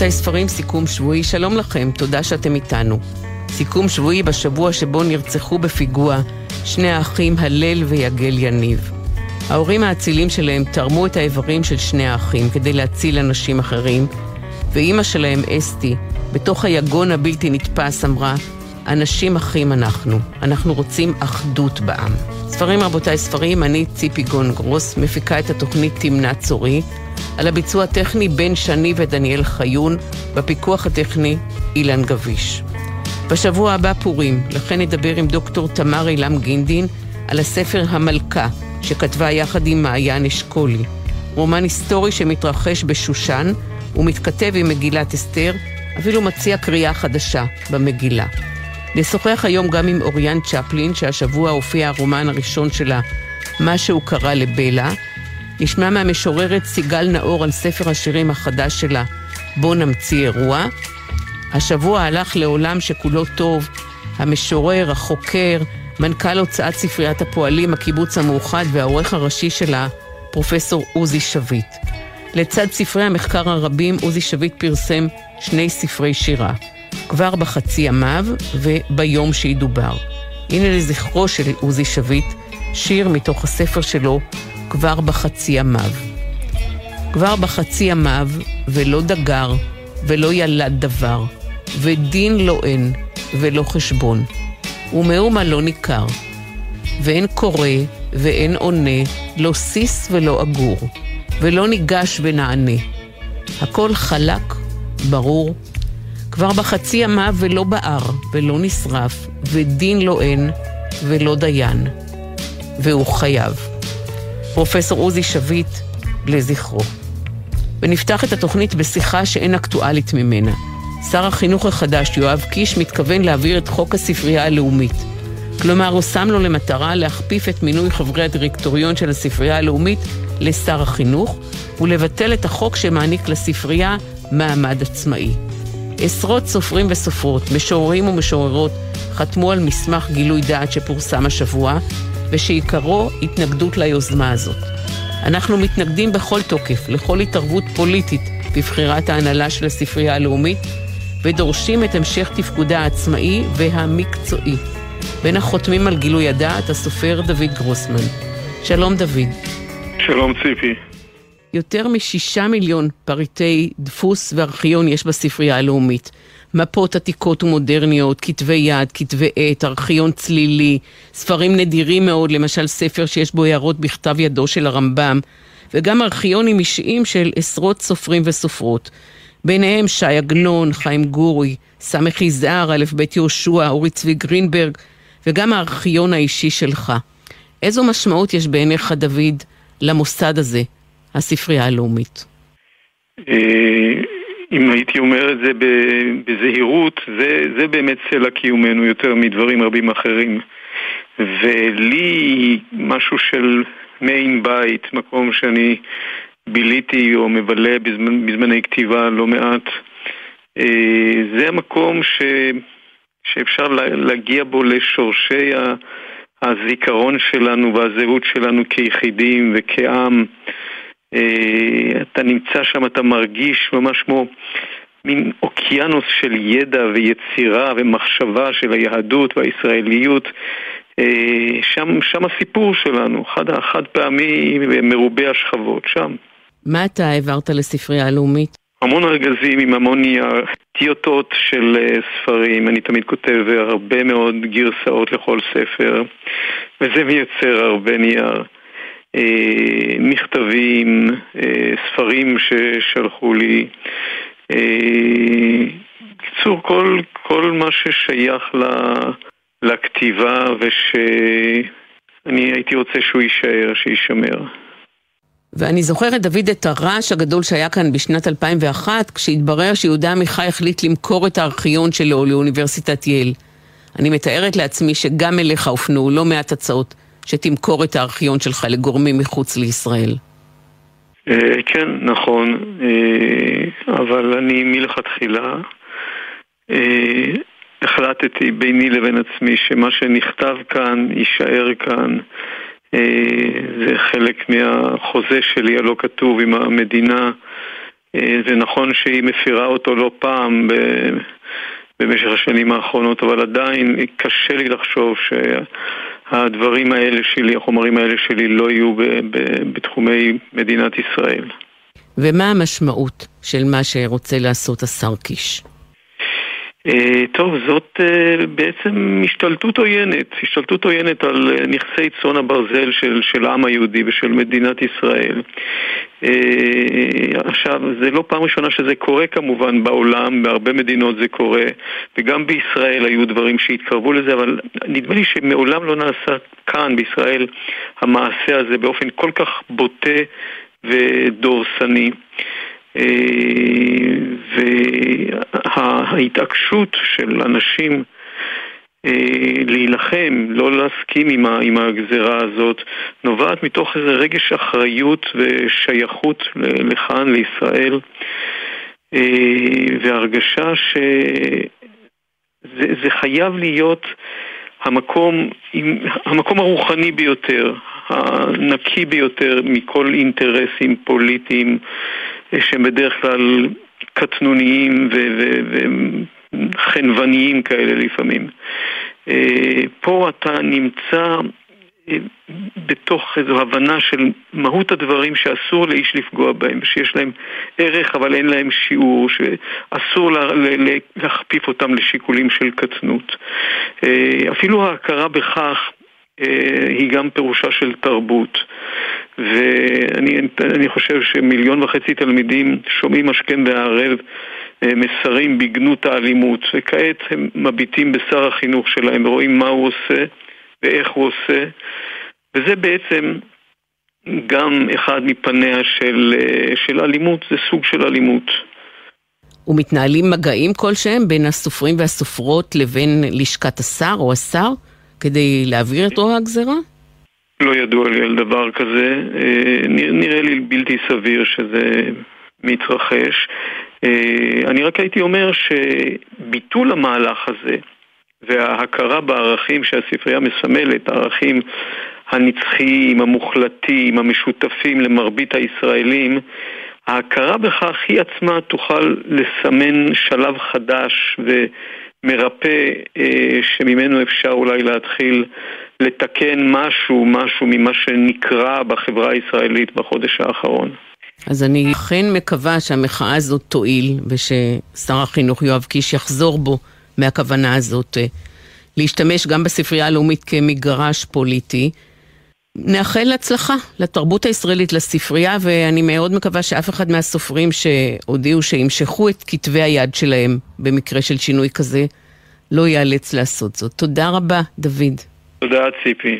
רבותיי, ספרים, סיכום שבועי. שלום לכם, תודה שאתם איתנו. סיכום שבועי בשבוע שבו נרצחו בפיגוע שני האחים הלל ויגל יניב. ההורים האצילים שלהם תרמו את האיברים של שני האחים כדי להציל אנשים אחרים, ואימא שלהם, אסתי, בתוך היגון הבלתי נתפס אמרה, אנשים אחים אנחנו רוצים אחדות בעם. ספרים, רבותיי, ספרים, אני ציפי גון-גרוס, מפיקה את התוכנית תמנה צורי, על הביצוע הטכני בן שני ודניאל חיון, בפיקוח הטכני אילן גביש. בשבוע הבא פורים, לכן נדבר עם דוקטור תמר אילם גינדין על הספר המלכה, שכתבה יחד עם מעיין אשכולי. רומן היסטורי שמתרחש בשושן, ומתכתב עם מגילת אסתר, אפילו מציע קריאה חדשה במגילה. נשוחח היום גם עם אוריאן צ'פלין, שהשבוע הופיע הרומן הראשון שלה, מה שהוא קרא לבלה. נשמע מהמשוררת סיגל נאור על ספר השירים החדש שלה, בוא נמציא אירוע. השבוע הלך לעולם שכולו טוב, המשורר, החוקר, מנכ"ל הוצאת ספריית הפועלים, הקיבוץ המאוחד והעורך הראשי שלה, פרופסור עוזי שביט. לצד ספרי המחקר הרבים, עוזי שביט פרסם 2 ספרי שירה, כבר בחצי ימיו וביום שידובר. הנה לזכרו של עוזי שביט, שיר מתוך הספר שלו, כבר בחצי ימיו. כבר בחצי ימיו, ולא דגר, ולא ילד דבר, ודין לא אין, ולא חשבון. ומאומה לא ניכר, ואין קורא, ואין עונה, לא סיס ולא אגור, ולא ניגש ונענה. הכל חלק, ברור. כבר בחצי ימיו ולא בער, ולא נשרף, ודין לא אין, ולא דיין. והוא חייב. פרופסור עוזי שביט לזכרו. ונפתח את התוכנית בשיחה שאין אקטואלית ממנה. שר החינוך החדש יואב קיש מתכוון להעביר את חוק הספרייה הלאומית. כלומר, הוא שם לו למטרה להכפיף את מינוי חברי הדירקטוריון של הספרייה הלאומית לשר החינוך, ולבטל את החוק שמעניק לספרייה מעמד עצמאי. עשרות סופרים וסופרות, משוררים ומשוררות, חתמו על מסמך גילוי דעת שפורסם השבוע, ושעיקרו התנגדות ליוזמה הזאת. אנחנו מתנגדים בכל תוקף לכל התערבות פוליטית בבחירת ההנהלה של הספרייה הלאומית, ודורשים את המשך תפקודה העצמאי והמקצועי. בין החותמים על גילוי הדעת, הסופר דוד גרוסמן. שלום דוד. שלום ציפי. יותר מ6 מיליון פריטי דפוס וארכיון יש בספרייה הלאומית. מפות עתיקות ומודרניות, כתבי יד, כתבי עת, ארכיון צלילי, ספרים נדירים מאוד, למשל ספר שיש בו הערות בכתב ידו של הרמב"ם, וגם ארכיונים אישיים של עשרות סופרים וסופרות. ביניהם שי עגנון, חיים גורי, סמך יזהר, א' בית יהושע, אורי צבי גרינברג, וגם הארכיון האישי שלך. איזו משמעות יש בעיניך, דוד, למוסד הזה, הספרייה הלאומית? אם הייתי אומר את זה בזהירות, זה באמת סלע קיומנו יותר מדברים רבים אחרים. ולי משהו של מעין בית, מקום שאני ביליתי או מבלה בזמני כתיבה לא מעט, זה המקום שאפשר להגיע בו לשורשי הזיכרון שלנו והזהות שלנו כיחידים וכעם. אתה נמצא שם, אתה מרגיש ממש כמו מין אוקיינוס של ידע ויצירה ומחשבה של היהדות והישראליות. שם הסיפור שלנו, חד פעמי ומרובה השכבות, שם. מה אתה העברת לספרייה הלאומית? המון ארגזים עם המון נייר, טיוטות של ספרים, אני תמיד כותב הרבה מאוד גרסאות לכל ספר, וזה מייצר הרבה נייר. מכתבים, ספרים ששלחו לי, בקיצור, כל מה ששייך לכתיבה ושאני הייתי רוצה שהוא יישאר, שישמר. ואני זוכרת, דוד, את הרעש הגדול שהיה כאן בשנת 2001, כשהתברר שיהודה עמיחי החליט למכור את הארכיון שלו לאוניברסיטת ייל. אני מתארת לעצמי שגם אליך הופנו לא מעט הצעות שתמכור את הארכיון שלך לגורמים מחוץ לישראל. כן, נכון. אבל אני מלכתחילה החלטתי ביני לבין עצמי שמה שנכתב כאן יישאר כאן. זה חלק מהחוזה שלי הלא כתוב עם המדינה זה נכון שהיא מפירה אותו לא פעם במשך השנים האחרונות, אבל עדיין קשה לי לחשוב שהדברים האלה שלי, החומרים האלה שלי לא יהיו בתחומי מדינת ישראל. ומה המשמעות של מה שרוצה לעשות השר קיש? טוב, זאת בעצם השתלטות עוינת על נכסי צאן הברזל של העם היהודי ושל מדינת ישראל. עכשיו, זה לא פעם ראשונה שזה קורה כמובן בעולם, בהרבה מדינות זה קורה, וגם בישראל היו דברים שהתקרבו לזה, אבל נדמה לי שמעולם לא נעשה כאן בישראל המעשה הזה באופן כל כך בוטה ודורסני. וההתעקשות של אנשים להילחם, לא להסכים עם הגזרה הזאת, נובעת מתוך איזה רגש אחריות ושייכות לכאן, לישראל, והרגשה שזה חייב להיות המקום הרוחני ביותר, הנקי ביותר מכל אינטרסים פוליטיים שהם בדרך כלל קטנוניים וחנווניים כאלה לפעמים. פה אתה נמצא בתוך איזו הבנה של מהות הדברים שאסור לאיש לפגוע בהם, שיש להם ערך אבל אין להם שיעור, שאסור להכפיף אותם לשיקולים של קטנות. אפילו ההכרה בכך היא גם פירושה של תרבות, ואני חושב ש1.5 מיליון תלמידים שומעים השכם והערב מסרים בגנות האלימות, וכעת הם מביטים בשר החינוך שלהם ורואים מה הוא עושה ואיך הוא עושה, וזה בעצם גם אחד מפניה של אלימות, זה סוג של אלימות. ומתנהלים מגעים כלשהם בין הסופרים והסופרות לבין לשכת השר או השר כדי להעביר את רוע הגזרה? לא ידוע לי על דבר כזה, נראה לי בלתי סביר שזה מתרחש. אני רק הייתי אומר שביטול המהלך הזה וההכרה בערכים שהספרייה מסמלת, הערכים הנצחיים, המוחלטים, המשותפים למרבית הישראלים, ההכרה בכך היא עצמה תוכל לסמן שלב חדש ומרפא שממנו אפשר אולי להתחיל לתקן משהו ממה שנקרא בחברה הישראלית בחודש האחרון. אז אני אכן מקווה שהמחאה הזאת תועיל וששר החינוך יואב קיש יחזור בו מהכוונה הזאת להשתמש גם בספרייה הלאומית כמגרש פוליטי. נאחל הצלחה לתרבות הישראלית, לספרייה, ואני מאוד מקווה שאף אחד מהסופרים שהודיעו שימשכו את כתבי היד שלהם במקרה של שינוי כזה לא ייאלץ לעשות זאת. תודה רבה, דוד. תודה, ציפי.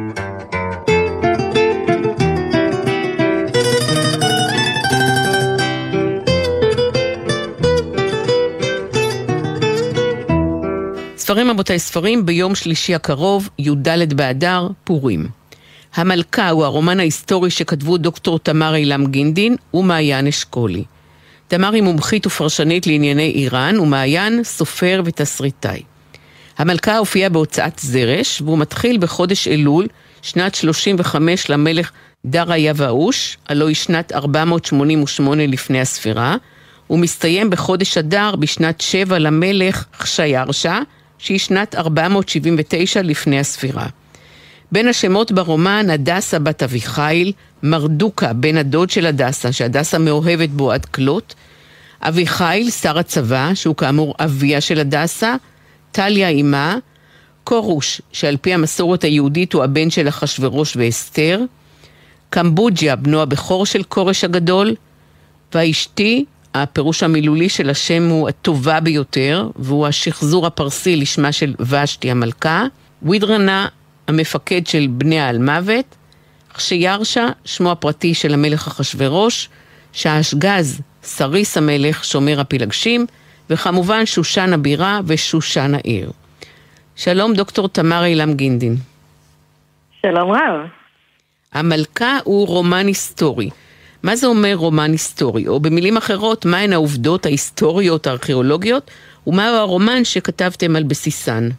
ספרים רבותיי, ספרים ביום שלישי הקרוב, י"ד באדר, פורים. המלכה הוא הרומן ההיסטורי שכתבו דוקטור תמר אילם גינדין ומעיין אשכולי. תמר היא מומחית ופרשנית לענייני איראן, ומעיין סופר ותסריטאי. המלכה הופיעה בהוצאת זרש, והוא מתחיל בחודש אלול, שנת 35 למלך דריה ואוש, הלוא היא שנת 488 לפני הספירה, ומסתיים בחודש אדר בשנת 7 למלך חשיירשה, שהיא שנת 479 לפני הספירה. בין השמות ברומן הדסה בת אביחיל, מרדוקה בן הדוד של הדסה, שהדסה מאוהבת בו עד כלות, אביחיל שר הצבא, שהוא כאמור אביה של הדסה, טליה אימה, קורוש, שעל פי המסורת היהודית הוא הבן של אחשוורוש ואסתר, קמבוג'יה, בנו הבכור של קורש הגדול, והאשתי, הפירוש המילולי של השם הוא הטובה ביותר, והוא השחזור הפרסי לשמה של ושתי המלכה, וידרנה, המפקד של בני האלמוות, חשיירשה, שמו הפרטי של המלך אחשוורוש, שהשגז, סריס המלך, שומר הפילגשים, וכמובן שושן הבירה ושושן העיר. שלום דוקטור תמר אילם גינדין. שלום רב. המלכה הוא רומן היסטורי. מה זה אומר רומן היסטורי? או במילים אחרות, מהן העובדות ההיסטוריות הארכיאולוגיות, ומהו הרומן שכתבתם על בסיסן?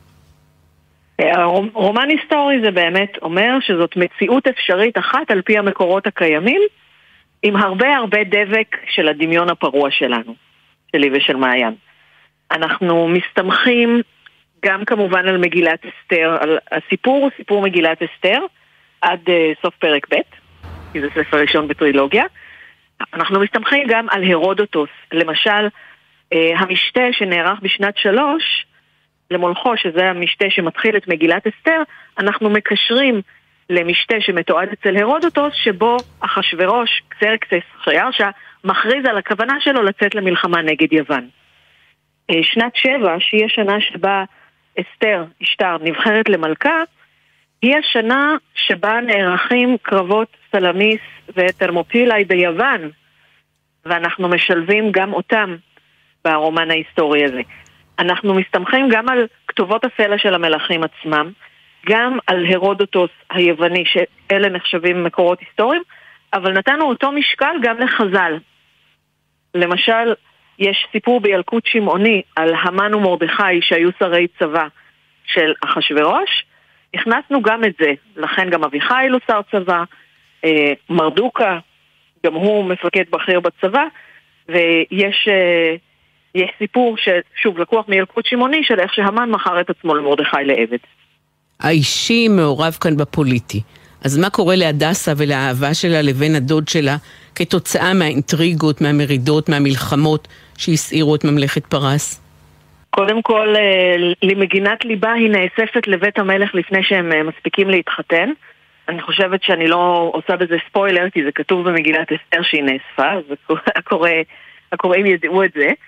רומן היסטורי זה באמת אומר שזאת מציאות אפשרית אחת על פי המקורות הקיימים, עם הרבה הרבה דבק של הדמיון הפרוע שלנו, שלי ושל מעיין. אנחנו מסתמכים גם כמובן על מגילת אסתר, על הסיפור הוא סיפור מגילת אסתר, עד סוף פרק ב', כי זה ספר ראשון בטרילוגיה. אנחנו מסתמכים גם על הרודוטוס, למשל, המשתה שנערך בשנת 3, למולכו, שזה המשתה שמתחיל את מגילת אסתר, אנחנו מקשרים למשתה שמתועד אצל הרודוטוס, שבו אחשוורוש, קסרקסס חיירשה, מכריז על הכוונה שלו לצאת למלחמה נגד יוון. שנת 7, שהיא השנה שבה אסתר, אשתר, נבחרת למלכה, היא השנה שבה נערכים קרבות סלמיס ותרמופילי ביוון, ואנחנו משלבים גם אותם ברומן ההיסטורי הזה. אנחנו מסתמכים גם על כתובות הסלע של המלכים עצמם, גם על הרודוטוס היווני, שאלה נחשבים מקורות היסטוריים, אבל נתנו אותו משקל גם לחז"ל. למשל, יש סיפור בילקוט שמעוני על המן ומרדכי שהיו שרי צבא של אחשוורוש. הכנסנו גם את זה, לכן גם אביחיל הוא שר צבא, מרדוקה, גם הוא מפקד בכיר בצבא, ויש סיפור ששוב לקוח מילקוט שמעוני של איך שהמן מכר את עצמו למרדכי לעבד. האישי מעורב כאן בפוליטי. אז מה קורה להדסה ולאהבה שלה לבין הדוד שלה כתוצאה מהאינטריגות, מהמרידות, מהמלחמות שהסעירו את ממלכת פרס? קודם כל, למגינת ליבה היא נאספת לבית המלך לפני שהם מספיקים להתחתן. אני חושבת שאני לא עושה בזה ספוילר, כי זה כתוב במגילת אסתר שהיא נאספה, אז הקוראים ידעו את זה.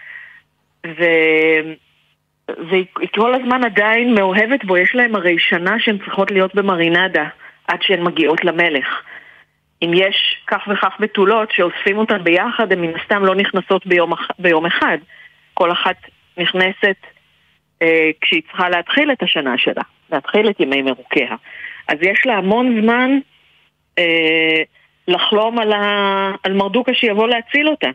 והיא כל הזמן עדיין מאוהבת בו, יש להם הרי שנה שהן צריכות להיות במרינדה עד שהן מגיעות למלך. אם יש כך וכך בתולות שאוספים אותן ביחד, הן מן הסתם לא נכנסות ביום אחד. כל אחת נכנסת כשהיא צריכה להתחיל את השנה שלה, להתחיל את ימי מרוקיה. אז יש לה המון זמן לחלום על מרדוקה שיבוא להציל אותה.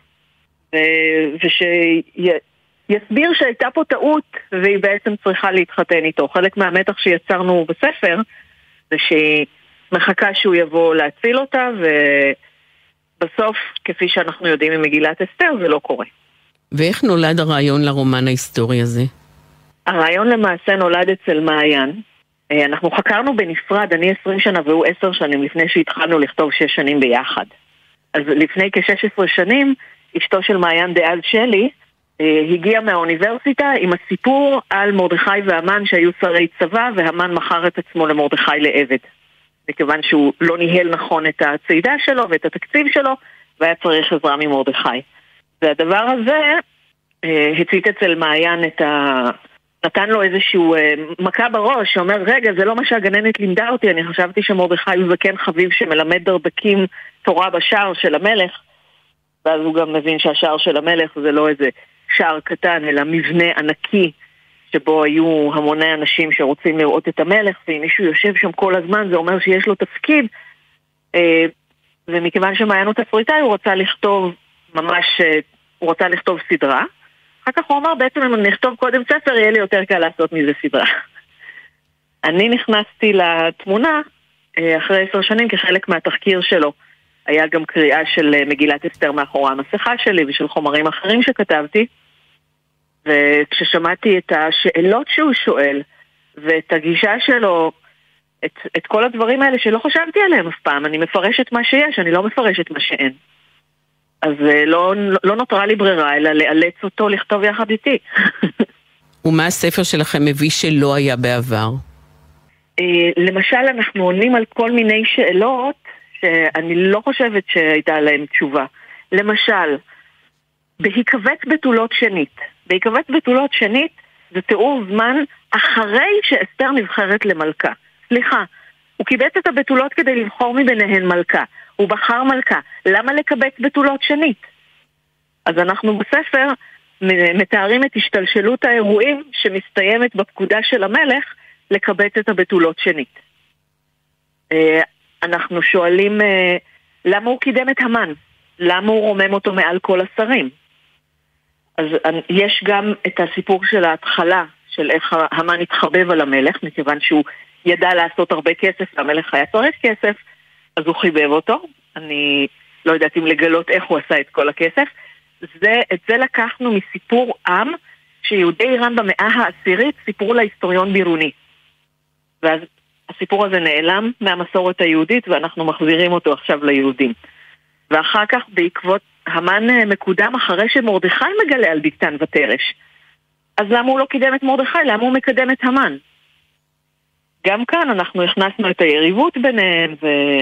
יסביר שהייתה פה טעות והיא בעצם צריכה להתחתן איתו. חלק מהמתח שיצרנו בספר זה שהיא מחכה שהוא יבוא להציל אותה, ובסוף, כפי שאנחנו יודעים ממגילת אסתר, זה לא קורה. ואיך נולד הרעיון לרומן ההיסטורי הזה? הרעיון למעשה נולד אצל מעיין. אנחנו חקרנו בנפרד, אני 20 שנה והוא 10 שנים לפני שהתחלנו לכתוב 6 שנים ביחד. אז לפני כ-16 שנים, אשתו של מעיין דאז שלי, הגיע מהאוניברסיטה עם הסיפור על מרדכי והמן שהיו שרי צבא, והמן מכר את עצמו למרדכי לעבד. מכיוון שהוא לא ניהל נכון את הצעידה שלו ואת התקציב שלו, והיה צריך עזרה ממרדכי. והדבר הזה הצית אצל מעיין נתן לו איזשהו מכה בראש, שאומר, רגע, זה לא מה שהגננת לימדה אותי, אני חשבתי שמרדכי הוא זקן חביב שמלמד דרבקים תורה בשער של המלך, ואז הוא גם מבין שהשער של המלך זה לא איזה שער קטן, אלא מבנה ענקי, שבו היו המוני אנשים שרוצים לראות את המלך, ואם מישהו יושב שם כל הזמן, זה אומר שיש לו תפקיד, ומכיוון שמעיין הוא תפריטאי, הוא רצה לכתוב סדרה. אחר כך הוא אמר, בעצם אם אני נכתוב קודם ספר, יהיה לי יותר קל לעשות מזה סדרה. אני נכנסתי לתמונה אחרי 10 שנים כחלק מהתחקיר שלו. היה גם קריאה של מגילת אסתר מאחורי המסכה שלי ושל חומרים אחרים שכתבתי. וכששמעתי את השאלות שהוא שואל ואת הגישה שלו, את כל הדברים האלה שלא חשבתי עליהם אף פעם, אני מפרשת מה שיש, אני לא מפרשת מה שאין. אז לא נותרה לי ברירה, אלא לאלץ אותו לכתוב יחד איתי. ומה הספר שלכם מביא שלא היה בעבר? למשל, אנחנו עונים על כל מיני שאלות שאני לא חושבת שהייתה להם תשובה. למשל, בהיקבץ בתולות שנית. בהיקבץ בתולות שנית זה תיאור זמן אחרי שאסתר נבחרת למלכה. סליחה, הוא קיבץ את הבתולות כדי לבחור מביניהן מלכה. הוא בחר מלכה. למה לקבץ בתולות שנית? אז אנחנו בספר מתארים את השתלשלות האירועים שמסתיימת בפקודה של המלך לקבץ את הבתולות שנית. אנחנו שואלים למה הוא קידם את המן? למה הוא רומם אותו מעל כל השרים? אז יש גם את הסיפור של ההתחלה של איך המן התחבב על המלך, מכיוון שהוא ידע לעשות הרבה כסף, והמלך היה צריך כסף, אז הוא חיבב אותו. אני לא יודעת אם לגלות איך הוא עשה את כל הכסף. את זה לקחנו מסיפור עם שיהודי איראן במאה העשירית סיפרו להיסטוריון בירוני. ואז הסיפור הזה נעלם מהמסורת היהודית ואנחנו מחזירים אותו עכשיו ליהודים. ואחר כך בעקבות המן מקודם אחרי שמרדכי מגלה על ביגתן ותרש. אז למה הוא לא קידם את מרדכי? למה הוא מקדם את המן? גם כאן אנחנו הכנסנו את היריבות ביניהם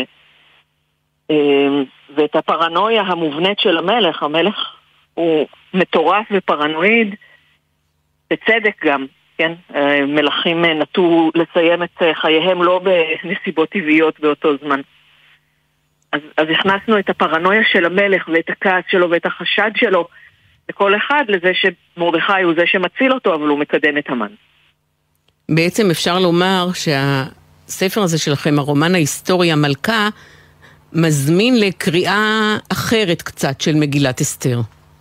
ואת הפרנויה המובנית של המלך. המלך הוא מטורף ופרנואיד, בצדק גם, כן? מלכים נטו לסיים את חייהם לא בנסיבות טבעיות באותו זמן. אז הכנסנו את הפרנויה של המלך ואת הכעס שלו ואת החשד שלו לכל אחד לזה שמרדכי הוא זה שמציל אותו, אבל הוא מקדם את המן. בעצם אפשר לומר שהספר הזה שלכם, הרומן ההיסטורי המלכה, מזמין לקריאה אחרת קצת של מגילת אסתר.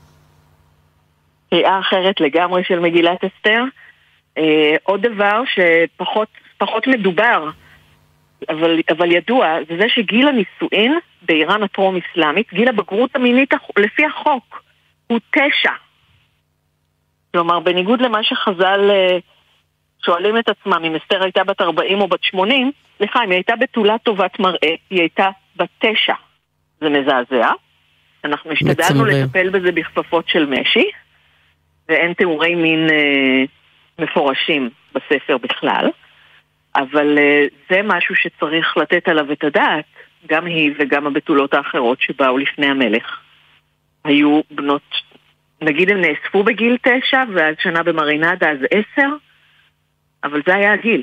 קריאה אחרת לגמרי של מגילת אסתר. עוד דבר שפחות מדובר, אבל ידוע, זה שגיל הנישואין באיראן הטרום-אסלאמית, גיל הבגרות המינית לפי החוק, הוא 9. כלומר, בניגוד למה שחז"ל שואלים את עצמם, אם אסתר הייתה בת 40 או בת 80, אם היא הייתה בתולה טובת מראה, היא הייתה בת 9. זה מזעזע. אנחנו השתדלנו לטפל בזה בכפפות של משי, ואין תיאורי מין מפורשים בספר בכלל. אבל זה משהו שצריך לתת עליו את הדעת, גם היא וגם הבתולות האחרות שבאו לפני המלך. היו בנות, נגיד הם נאספו בגיל 9, ואז שנה במרינדה אז 10, אבל זה היה הגיל.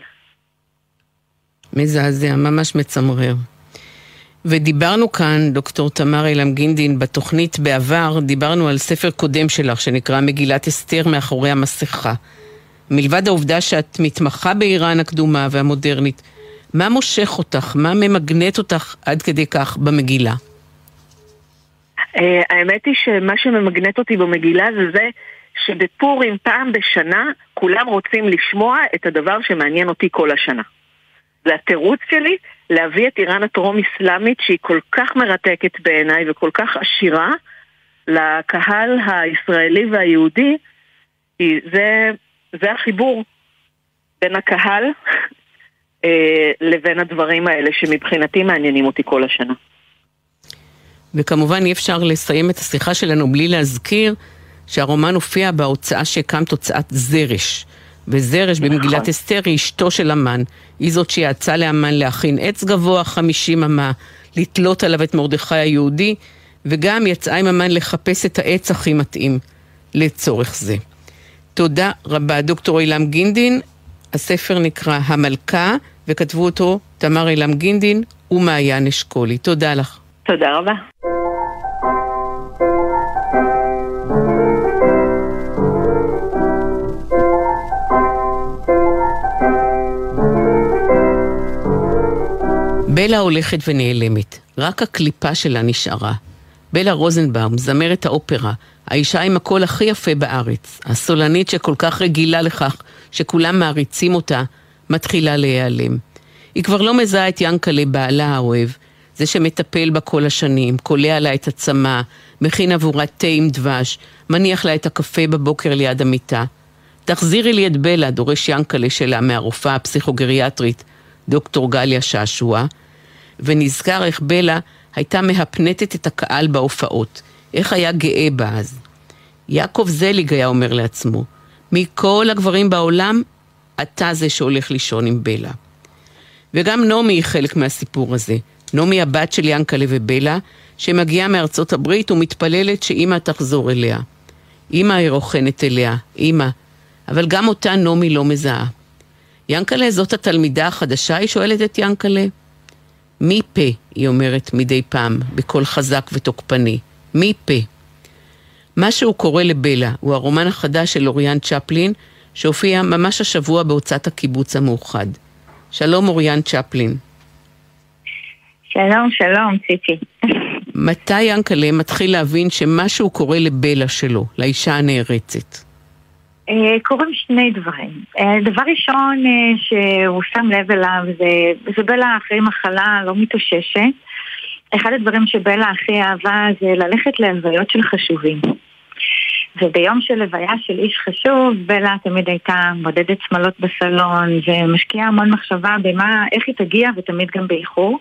מזעזע, ממש מצמרר. ודיברנו כאן, דוקטור תמר אילם גינדין, בתוכנית בעבר, דיברנו על ספר קודם שלך, שנקרא מגילת אסתר מאחורי המסכה. מלבד העובדה שאת מתמחה באיראן הקדומה והמודרנית, מה מושך אותך? מה ממגנט אותך עד כדי כך במגילה? האמת היא שמה שממגנט אותי במגילה זה שבפורים פעם בשנה כולם רוצים לשמוע את הדבר שמעניין אותי כל השנה. זה התירוץ שלי להביא את איראן הטרום-אסלאמית שהיא כל כך מרתקת בעיניי וכל כך עשירה לקהל הישראלי והיהודי. זה החיבור בין הקהל לבין הדברים האלה שמבחינתי מעניינים אותי כל השנה. וכמובן אי אפשר לסיים את השיחה שלנו בלי להזכיר שהרומן הופיע בהוצאה שהקמת, הוצאת זרש. וזרש במגילת אסתר היא אשתו של המן. היא זאת שיצאה להמן להכין עץ גבוה 50 אמה, לתלות עליו את מרדכי היהודי, וגם יצאה עם המן לחפש את העץ הכי מתאים לצורך זה. תודה רבה, דוקטור אילם גינדין. הספר נקרא המלכה, וכתבו אותו תמר אילם גינדין ומעיין אשכולי. תודה לך. תודה רבה. בלה הולכת ונעלמת, רק הקליפה שלה נשארה. בלה רוזנבאום, זמרת האופרה, האישה עם הקול הכי יפה בארץ, הסולנית שכל כך רגילה לכך שכולם מעריצים אותה, מתחילה להיעלם. היא כבר לא מזהה את ינקלה בעלה האוהב, זה שמטפל בה כל השנים, קולע לה את הצמה, מכין עבורה תה עם דבש, מניח לה את הקפה בבוקר ליד המיטה. תחזירי לי את בלה, דורש ינקלה שלה מהרופאה הפסיכוגריאטרית, דוקטור גליה שעשוע, ונזכר איך בלה הייתה מהפנטת את הקהל בהופעות, איך היה גאה בה אז. יעקב זליג היה אומר לעצמו, מכל הגברים בעולם, אתה זה שהולך לישון עם בלה. וגם נומי היא חלק מהסיפור הזה. נומי הבת של ינקלה ובלה, שמגיעה מארצות הברית ומתפללת שאמא תחזור אליה. אמא היא רוחנת אליה, אמא, אבל גם אותה נומי לא מזהה. ינקלה זאת התלמידה החדשה, היא שואלת את ינקלה. מי פה, היא אומרת מדי פעם, בקול חזק ותוקפני. מי פה? מה שהוא קורא לבלה הוא הרומן החדש של אוריאן צ'פלין, שהופיע ממש השבוע בהוצאת הקיבוץ המאוחד. שלום אוריאן צ'פלין. שלום, שלום, ציפי. מתי ינקלה מתחיל להבין שמה שהוא קורא לבלה שלו, לאישה הנערצת? קוראים שני דברים. דבר ראשון שהוא שם לב אליו זה בלה אחרי מחלה לא מתאוששת, אחד הדברים שבלה הכי אהבה זה ללכת להלוויות של חשובים. וביום של לוויה של איש חשוב, בלה תמיד הייתה מודדת שמלות בסלון, ומשקיעה המון מחשבה איך היא תגיע, ותמיד גם באיחור.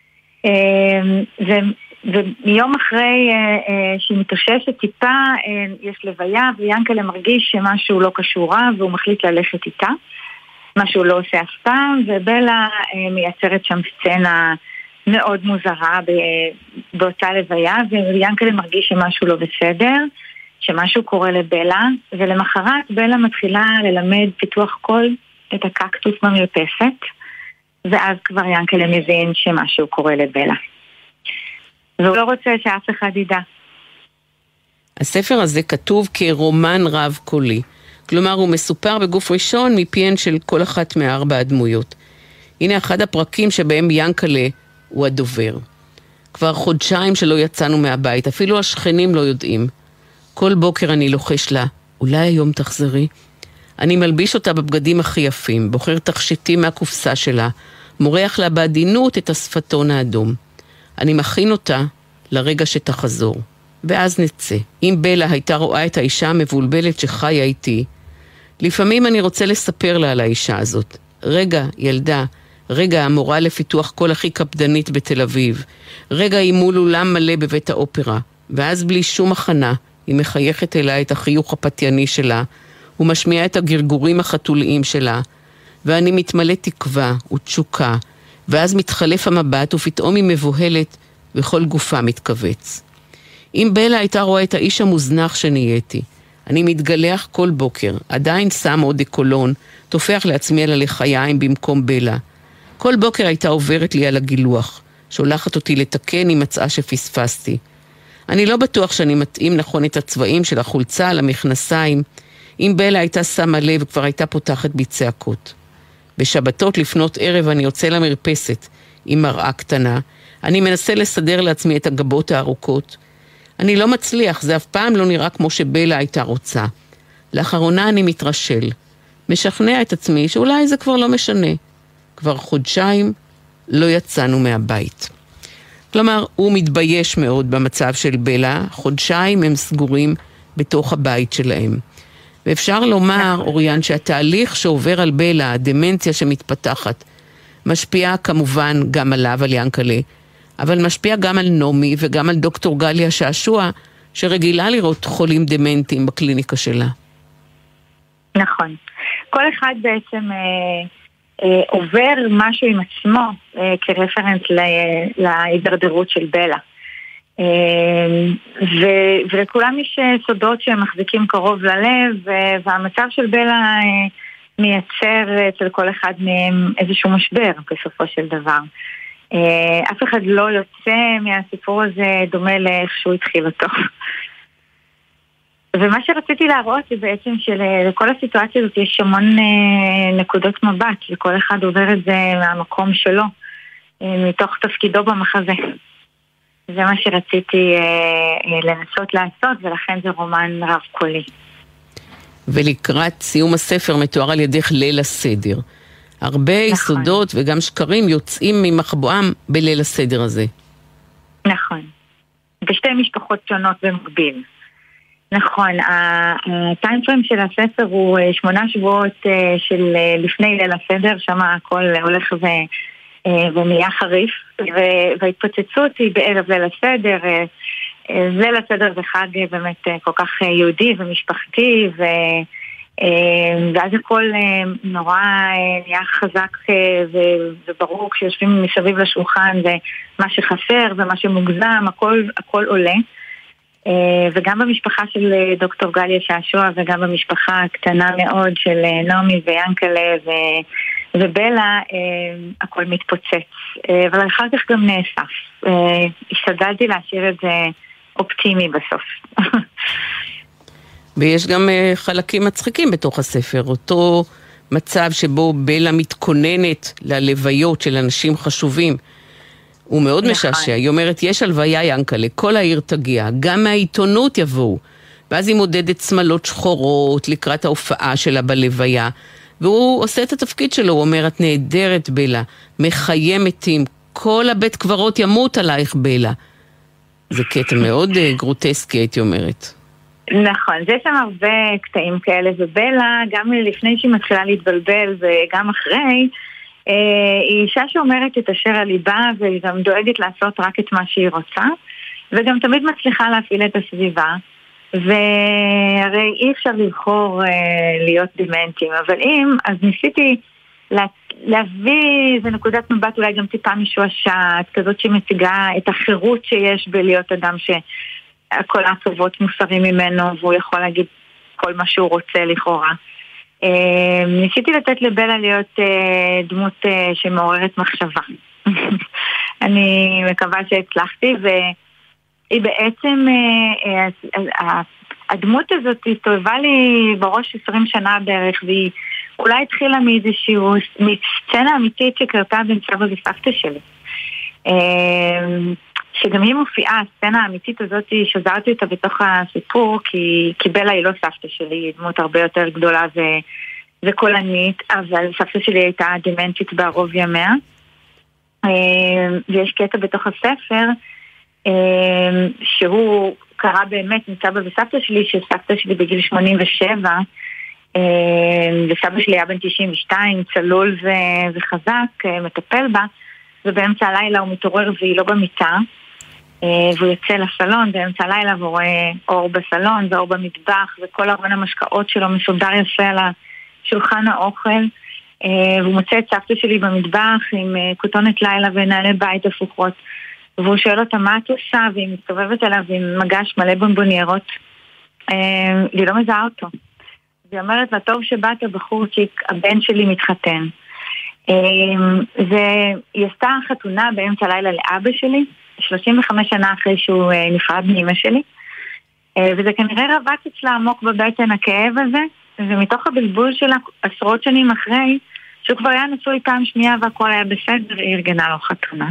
ומיום אחרי שהיא מתאוששת טיפה, יש לוויה, ויאנקלה מרגיש שמשהו לא קשור רע, והוא מחליט ללכת איתה, מה שהוא לא עושה אף פעם, ובלה מייצרת שם סצנה מאוד מוזרה באותה לוויה, ויאנקלה מרגיש שמשהו לא בסדר, שמשהו קורה לבלה, ולמחרת בלה מתחילה ללמד פיתוח קול את הקקטוס במרפסת, ואז כבר יאנקלה מבין שמשהו קורה לבלה. והוא לא רוצה שאף אחד ידע. הספר הזה כתוב כרומן רב קולי. כלומר, הוא מסופר בגוף ראשון מפיהן של כל אחת מארבע הדמויות. הנה אחד הפרקים שבהם יאנקלה הוא הדובר. כבר חודשיים שלא יצאנו מהבית, אפילו השכנים לא יודעים. כל בוקר אני לוחש לה, אולי היום תחזרי? אני מלביש אותה בבגדים הכי יפים, בוחר תכשיטים מהקופסה שלה, מורח לה בעדינות את השפתון האדום. אני מכין אותה לרגע שתחזור. ואז נצא. אם בלה הייתה רואה את האישה המבולבלת שחיה איתי, לפעמים אני רוצה לספר לה על האישה הזאת. רגע, ילדה, רגע המורה לפיתוח קול הכי קפדנית בתל אביב, רגע היא מול אולם מלא בבית האופרה, ואז בלי שום הכנה, היא מחייכת אליי את החיוך הפתייני שלה, ומשמיעה את הגרגורים החתוליים שלה, ואני מתמלא תקווה ותשוקה, ואז מתחלף המבט ופתאום היא מבוהלת, וכל גופה מתכווץ. אם בלה הייתה רואה את האיש המוזנח שנהייתי, אני מתגלח כל בוקר, עדיין שם עוד דקולון, תופח לעצמי על הלחיים במקום בלה. כל בוקר הייתה עוברת לי על הגילוח, שולחת אותי לתקן אם מצאה שפספסתי. אני לא בטוח שאני מתאים נכון את הצבעים של החולצה על המכנסיים, אם בלה הייתה שמה לב וכבר הייתה פותחת בצעקות. בשבתות לפנות ערב אני יוצא למרפסת עם מראה קטנה, אני מנסה לסדר לעצמי את הגבות הארוכות. אני לא מצליח, זה אף פעם לא נראה כמו שבלה הייתה רוצה. לאחרונה אני מתרשל, משכנע את עצמי שאולי זה כבר לא משנה. כבר חודשיים לא יצאנו מהבית. כלומר, הוא מתבייש מאוד במצב של בלה, חודשיים הם סגורים בתוך הבית שלהם. ואפשר לומר, אוריאן, שהתהליך שעובר על בלה, הדמנציה שמתפתחת, משפיע כמובן גם עליו, על יאנקלה, אבל משפיע גם על נומי וגם על דוקטור גליה שעשוע, שרגילה לראות חולים דמנטיים בקליניקה שלה. נכון. כל אחד בעצם עובר משהו עם עצמו כרפרנס להידרדרות של בלה. ולכולם יש סודות שהם מחזיקים קרוב ללב, והמצב של בלה מייצר אצל כל אחד מהם איזשהו משבר בסופו של דבר. אף אחד לא יוצא מהסיפור הזה דומה לאיך שהוא התחיל אותו. ומה שרציתי להראות זה בעצם שלכל הסיטואציה הזאת יש המון נקודות מבט, וכל אחד עובר את זה מהמקום שלו, מתוך תפקידו במחזה. זה מה שרציתי לנסות לעשות, ולכן זה רומן רב קולי. ולקראת סיום הספר מתואר על ידך ליל הסדר. הרבה יסודות וגם שקרים יוצאים ממחבואם בליל הסדר הזה. נכון. בשתי משפחות שונות במקביל. נכון, הטיימפריים של הספר הוא 8 שבועות של לפני ליל הסדר, שם הכל הולך ונהיה חריף, וההתפוצצות היא בערב ליל הסדר. ליל הסדר זה חג באמת כל כך יהודי ומשפחתי, ואז הכל נורא נהיה חזק וברור כשיושבים מסביב לשולחן, ומה שחסר ומה שמוגזם, הכל עולה. וגם במשפחה של דוקטור גליה שעשוע וגם במשפחה הקטנה מאוד של נעמי ויאנקלה ובלה, הכל מתפוצץ, אבל אחר כך גם נאסף. השתדלתי להשאיר את זה אופטימי בסוף. ויש גם חלקים מצחיקים בתוך הספר, אותו מצב שבו בלה מתכוננת ללוויות של אנשים חשובים, הוא מאוד משעשע. היא אומרת, יש הלוויה יאנקלה, כל העיר תגיע, גם מהעיתונות יבואו. ואז היא מודדת שמלות שחורות לקראת ההופעה שלה בלוויה, והוא עושה את התפקיד שלו, הוא אומר, את נהדרת בלה, מחיי מתים, כל הבית קברות ימות עלייך בלה. זה קטע מאוד גרוטסקי, הייתי אומרת. נכון, זה שם הרבה קטעים כאלה, ובלה, גם לפני שהיא מתחילה להתבלבל וגם אחרי, היא אישה שאומרת את אשר על ליבה, והיא גם דואגת לעשות רק את מה שהיא רוצה, וגם תמיד מצליחה להפעיל את הסביבה, והרי אי אפשר לבחור להיות דימנטים, אבל אז ניסיתי להביא איזה נקודת מבט אולי גם טיפה משועשעת, כזאת שמציגה את החירות שיש בלהיות אדם שכל העצבות מוסרים ממנו, והוא יכול להגיד כל מה שהוא רוצה לכאורה. ניסיתי לתת לבלה להיות דמות שמעוררת מחשבה. אני מקווה שהצלחתי, והיא בעצם, הדמות הזאת הסתובבה לי בראש 20 שנה בערך, והיא אולי התחילה מאיזשהו סצנה אמיתית שקרתה בין סבא וסבתא שלי. שגם היא מופיעה, הסצנה האמיתית הזאת, שזרתי אותה בתוך הסיפור, כי בלה היא לא סבתא שלי, היא דמות הרבה יותר גדולה וקולנית, אבל סבתא שלי הייתה דמנטית בערוב ימיה. ויש קטע בתוך הספר, שהוא קרה באמת מסבא וסבתא שלי, שסבתא שלי בגיל 87, וסבא שלי היה בן 92, צלול וחזק, מטפל בה, ובאמצע הלילה הוא מתעורר והיא לא במיטה, והוא יוצא לסלון, באמצע הלילה והוא רואה אור בסלון ואור במטבח, וכל ארון המשקאות שלו מסודר יפה על שולחן האוכל, והוא מוצא את סבתא שלי במטבח עם כותונת לילה ונעלי בית הפוכות, והוא שואל אותה מה את עושה, והיא מסתובבת עליו עם מגש מלא בונבוניירות, היא לא מזהה אותו. היא אומרת לה, טוב שבאת בחורצ'יק, הבן שלי מתחתן. היא עשתה חתונה באמצע הלילה לאבא שלי, 35 שנה אחרי שהוא נפרד מאמא שלי, וזה כנראה רבץ אצלה עמוק בבטן הכאב הזה, ומתוך הבלבול שלה עשרות שנים אחרי, שהוא כבר היה נשוי פעם שנייה והכל היה בסדר, היא ארגנה לו חתונה.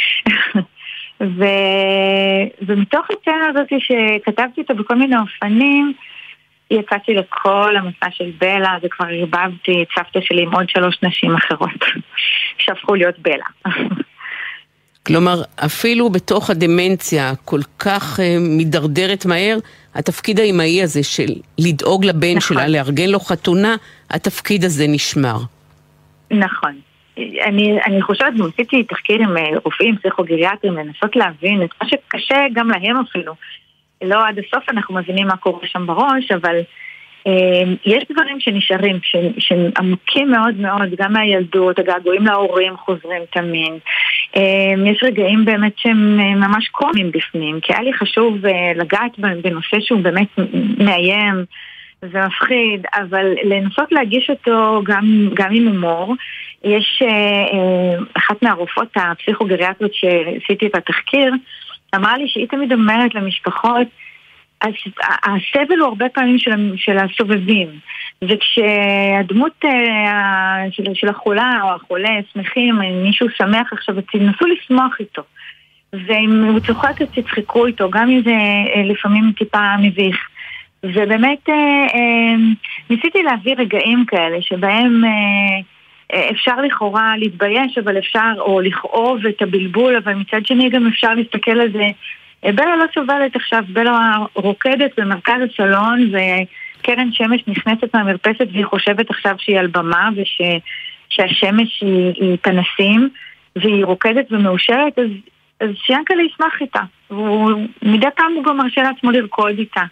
ומתוך הסצנה הזאת שכתבתי אותה בכל מיני אופנים, יצאתי לכל המסע של בלה, וכבר הרבבתי את סבתא שלי עם עוד 3 נשים אחרות שהפכו להיות בלה. כלומר, אפילו בתוך הדמנציה כל כך מדרדרת מהר, התפקיד האימהי הזה של לדאוג לבן שלה, לארגן לו חתונה, התפקיד הזה נשמר. נכון. אני חושבת, עשיתי תחקיר עם רופאים, פסיכוגריאטרים, לנסות להבין את מה שקשה גם להם אפילו. לא עד הסוף אנחנו מבינים מה קורה שם בראש, אבל יש דברים שנשארים, שעמוקים מאוד מאוד, גם מהילדות, הגעגועים להורים חוזרים תמיד. יש רגעים באמת שהם ממש קומיים בפנים, כי היה לי חשוב לגעת בנושא שהוא באמת מאיים ומפחיד, אבל לנסות להגיש אותו גם עם הומור. יש אחת מהרופאות הפסיכוגריאטריות שעשיתי את התחקיר, אמרה לי שהיא תמיד אומרת למשפחות, הסבל הוא הרבה פעמים של הסובבים, וכשהדמות של החולה או החולה שמחים, מישהו שמח עכשיו, תנסו לשמוח איתו, ואם הוא צוחק אז תצחקו איתו, גם אם זה לפעמים טיפה מביך. ובאמת ניסיתי להביא רגעים כאלה שבהם אפשר לכאורה להתבייש, אבל אפשר, או לכאוב את הבלבול, אבל מצד שני גם אפשר להסתכל על זה. בלה לא סובלת עכשיו, בלה רוקדת במרכז הסלון, וקרן שמש נכנסת מהמרפסת, והיא חושבת עכשיו שהיא על במה, שהשמש היא פנסים, והיא רוקדת ומאושרת, אז שיאנקל'ה ישמח איתה. ומדי פעם הוא גם מרשה לעצמו לרקוד איתה.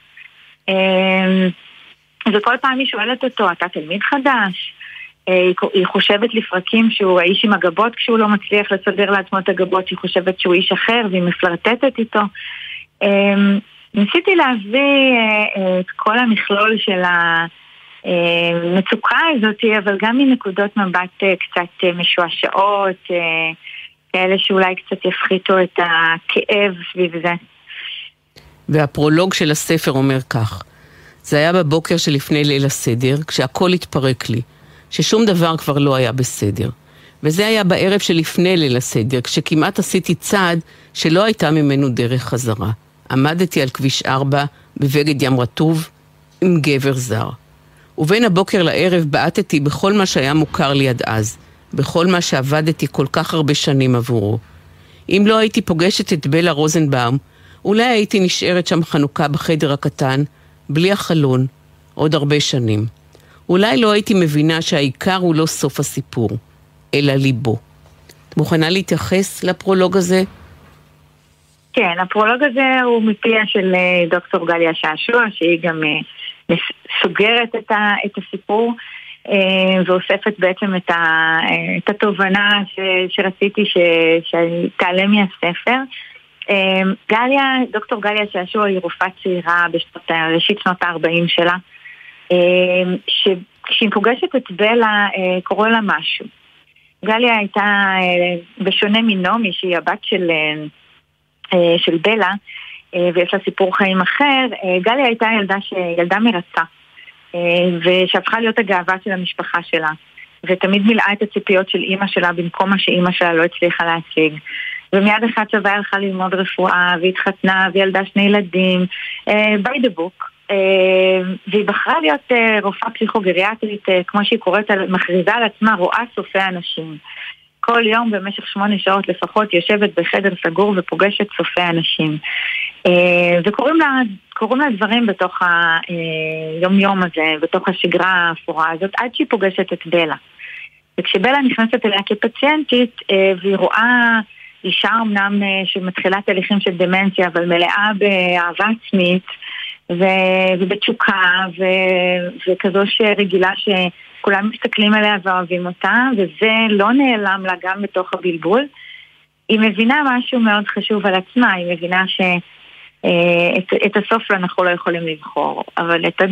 וכל פעם היא שואלת אותו, אתה תלמיד חדש? היא חושבת לפרקים שהוא האיש עם הגבות, כשהוא לא מצליח לסדר לעצמו את הגבות, היא חושבת שהוא איש אחר והיא מפלרטטת איתו. ניסיתי להביא את כל המכלול של המצוקה הזאת, אבל גם מנקודות מבט קצת משועשעות, כאלה שאולי קצת יפחיתו את הכאב סביב זה. והפרולוג של הספר אומר כך, זה היה בבוקר שלפני ליל הסדר, כשהכל התפרק לי, ששום דבר כבר לא היה בסדר. וזה היה בערב שלפני ליל הסדר, כשכמעט עשיתי צעד שלא הייתה ממנו דרך חזרה. עמדתי על כביש 4 בבגד ים רטוב עם גבר זר. ובין הבוקר לערב בעטתי בכל מה שהיה מוכר לי עד אז, בכל מה שעבדתי כל כך הרבה שנים עבורו. אם לא הייתי פוגשת את בלה רוזנבאום, אולי הייתי נשארת שם חנוכה בחדר הקטן, בלי החלון, עוד הרבה שנים. אולי לא הייתי מבינה שהעיקר הוא לא סוף הסיפור, אלא ליבו. מוכנה להתייחס לפרולוג הזה? כן, הפרולוג הזה הוא מפיה של דוקטור גליה שעשוע, שהיא גם סוגרת את הסיפור, ואוספת בעצם את התובנה שרציתי שתעלה מהספר. דוקטור גליה שעשוע היא רופאה צעירה בראשית שנות ה-40 שלה, כשהיא פוגשת את בלה קורה לה משהו. גליה הייתה, בשונה מנומי, שהיא הבת של בלה, ויש לה סיפור חיים אחר, גליה הייתה ילדה מרצה, ושהפכה להיות הגאווה של המשפחה שלה, ותמיד מילאה את הציפיות של אמא שלה במקום מה שאמא שלה לא הצליחה להשיג. ומיד אחד שווה הלכה ללמוד רפואה, והתחתנה, וילדה 2 ילדים, by the book, והיא בחרה להיות רופאה פסיכוגריאטרית, כמו שהיא קוראת, מכריזה על עצמה, רואה סופי אנשים. כל יום במשך 8 שעות לפחות יושבת בחדר סגור ופוגשת סופי אנשים. וקוראים לה דברים בתוך היום הזה, בתוך השגרה האפורה הזאת, עד שהיא פוגשת את בלה. וכשבלה נכנסת אליה כפציינטית, והיא רואה אישה אמנם שמתחילה תהליכים של דמנציה, אבל מלאה באהבה עצמית, ובתשוקה, וכזו שרגילה שכולם מסתכלים עליה ואוהבים אותה, וזה לא נעלם לה גם בתוך הבלבול. היא מבינה משהו מאוד חשוב על עצמה, היא מבינה את הסוף אנחנו לא יכולים לבחור, אבל את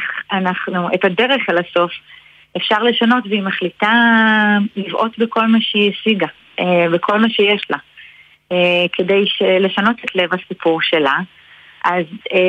הדרך על הסוף אפשר לשנות, והיא מחליטה לבעוט בכל מה שהיא השיגה, בכל מה שיש לה, כדי לשנות את לב הסיפור שלה. אז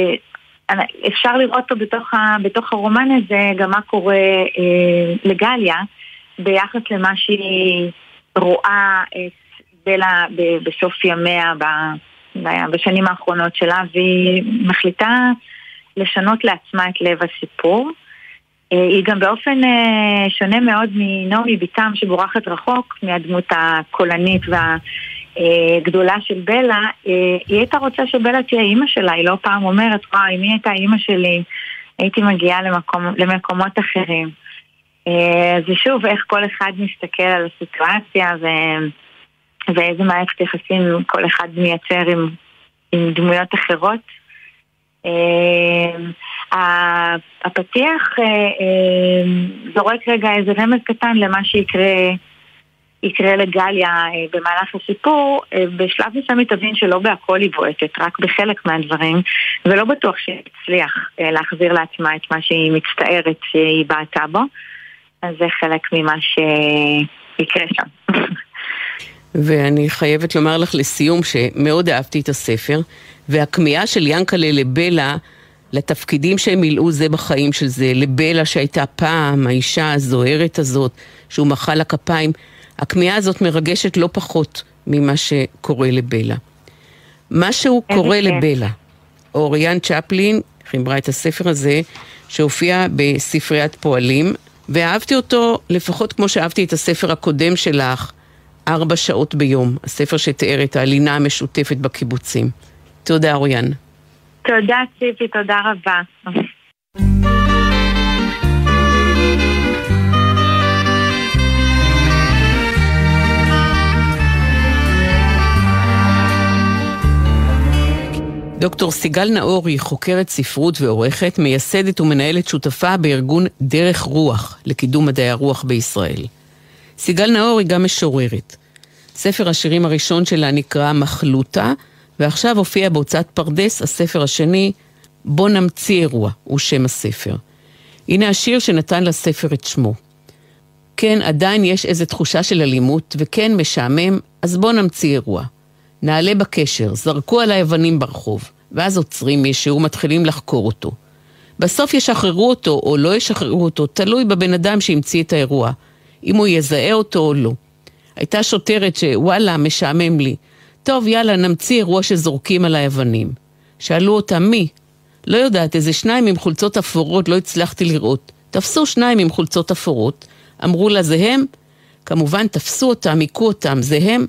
אפשר לראות פה בתוך הרומן הזה גם מה קורה לגליה ביחס למה שהיא רואה את בלה בסוף ימיה בשנים האחרונות שלה, והיא מחליטה לשנות לעצמה את לב הסיפור. היא גם באופן שונה מאוד מנעמי ביתם שבורחת רחוק מהדמות הקולנית והגדולה של בלה. היא הייתה רוצה שבלה תהיה אימא שלה, היא לא פעם אומרת, אם היא הייתה אימא שלי הייתי מגיעה למקומות אחרים. זה שוב איך כל אחד מסתכל על הסיטואציה ואיזה מערכת יחסים כל אחד מייצר עם דמויות אחרות. הפתיח זורק רגע איזה רמז קטן למה שיקרה לגליה במהלך הסיפור. בשלב מסוים היא תבין שלא בהכל היא בועטת, רק בחלק מהדברים, ולא בטוח שהיא תצליח להחזיר לעצמה את מה שהיא מצטערת שהיא בעטה בו. אז זה חלק ממה שיקרה שם. ואני חייבת לומר לך לסיום שמאוד אהבתי את הספר, והכמיהה של ינקלה לבלה, לתפקידים שהם מילאו זה בחיים של זה, לבלה שהייתה פעם, האישה הזוהרת הזאת, שהוא מחא לה כפיים, הכמיהה הזאת מרגשת לא פחות ממה שקורה לבלה. משהו קורה לבלה. אוריאן צ'פלין חיברה את הספר הזה, שהופיע בספריית פועלים, ואהבתי אותו לפחות כמו שאהבתי את הספר הקודם שלך, 4 שעות ביום, הספר שתיאר את הלינה המשותפת בקיבוצים. תודה אוריאן. תודה ציפי, תודה רבה. דוקטור סיגל נאור היא חוקרת ספרות ועורכת, מייסדת ומנהלת שותפה בארגון דרך רוח לקידום מדעי הרוח בישראל. סיגל נאור היא גם משוררת. ספר השירים הראשון שלה נקרא מחלוטה, ועכשיו הופיע בהוצאת פרדס הספר השני, בוא נמציא אירוע, הוא שם הספר. הנה השיר שנתן לספר את שמו. כן, עדיין יש איזו תחושה של אלימות, וכן משעמם, אז בוא נמציא אירוע. נעלה בקשר, זרקו על היוונים ברחוב, ואז עוצרים מישהו, מתחילים לחקור אותו. בסוף ישחררו אותו או לא ישחררו אותו, תלוי בבן אדם שהמציא את האירוע, אם הוא יזהה אותו או לא. הייתה שוטרת שוואלה, משעמם לי. טוב, יאללה, נמציא אירוע שזורקים על היוונים. שאלו אותה, מי? לא יודעת, איזה 2 עם חולצות אפורות, לא הצלחתי לראות. תפסו 2 עם חולצות אפורות. אמרו לה, זה הם? כמובן, תפסו אותם, עיקו אותם, זה הם?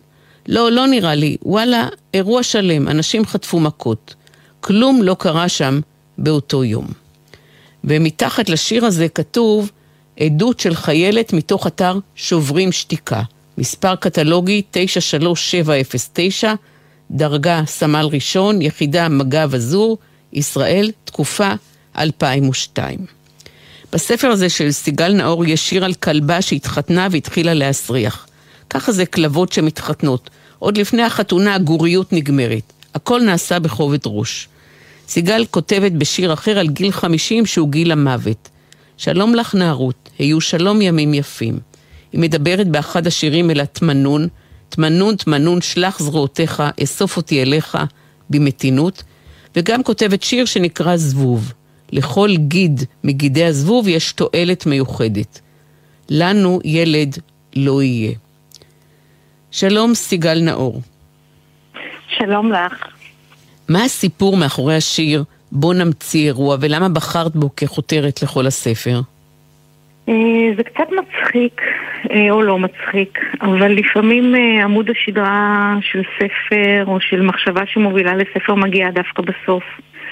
לא נראה לי. וואלה, אירוע שלם, אנשים חטפו מכות. כלום לא קרה שם באותו יום. ומתחת לשיר הזה כתוב עדות של חיילת מתוך אתר שוברים שתיקה. מספר קטלוגי 93709, דרגה סמל ראשון, יחידה מג"ב אזור, ישראל, תקופה 2002. בספר הזה של סיגל נאור יש שיר על כלבה שהתחתנה והתחילה להסריח. ככה זה כלבות שמתחתנות. עוד לפני החתונה הגוריות נגמרת. הכל נעשה בכובד ראש. סיגל כותבת בשיר אחר על גיל 50 שהוא גיל המוות. שלום לך נערות, היו שלום ימים יפים. היא מדברת באחד השירים אל התמנון, תמנון תמנון שלח זרועותיך, אסוף אותי אליך במתינות, וגם כותבת שיר שנקרא זבוב. לכל גיד מגידי הזבוב יש תועלת מיוחדת. לנו ילד לא יהיה. שלום סיגל נאור. שלום לך. מה הסיפור מאחורי השיר בוא נמציא אירוע, ולמה בחרת בו ככותרת לכל הספר? זה קצת מצחיק, או לא מצחיק, אבל לפעמים עמוד השדרה של ספר או של מחשבה שמובילה לספר מגיעה דווקא בסוף.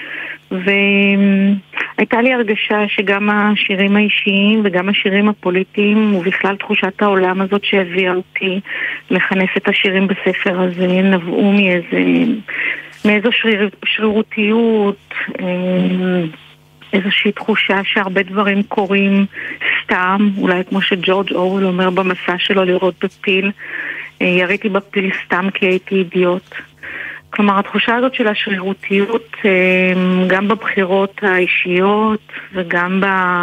והייתה לי הרגשה שגם השירים האישיים וגם השירים הפוליטיים ובכלל תחושת העולם הזאת שהביאה אותי לכנס את השירים בספר הזה נבעו מאיזו שרירותיות, איזושהי תחושה שהרבה דברים קורים סתם, אולי כמו שג'ורג' אורוול אומר במסע שלו לראות בפיל, יריתי בפיל סתם כי הייתי אידיוט. כלומר, התחושה הזאת של השרירותיות, גם בבחירות האישיות וגם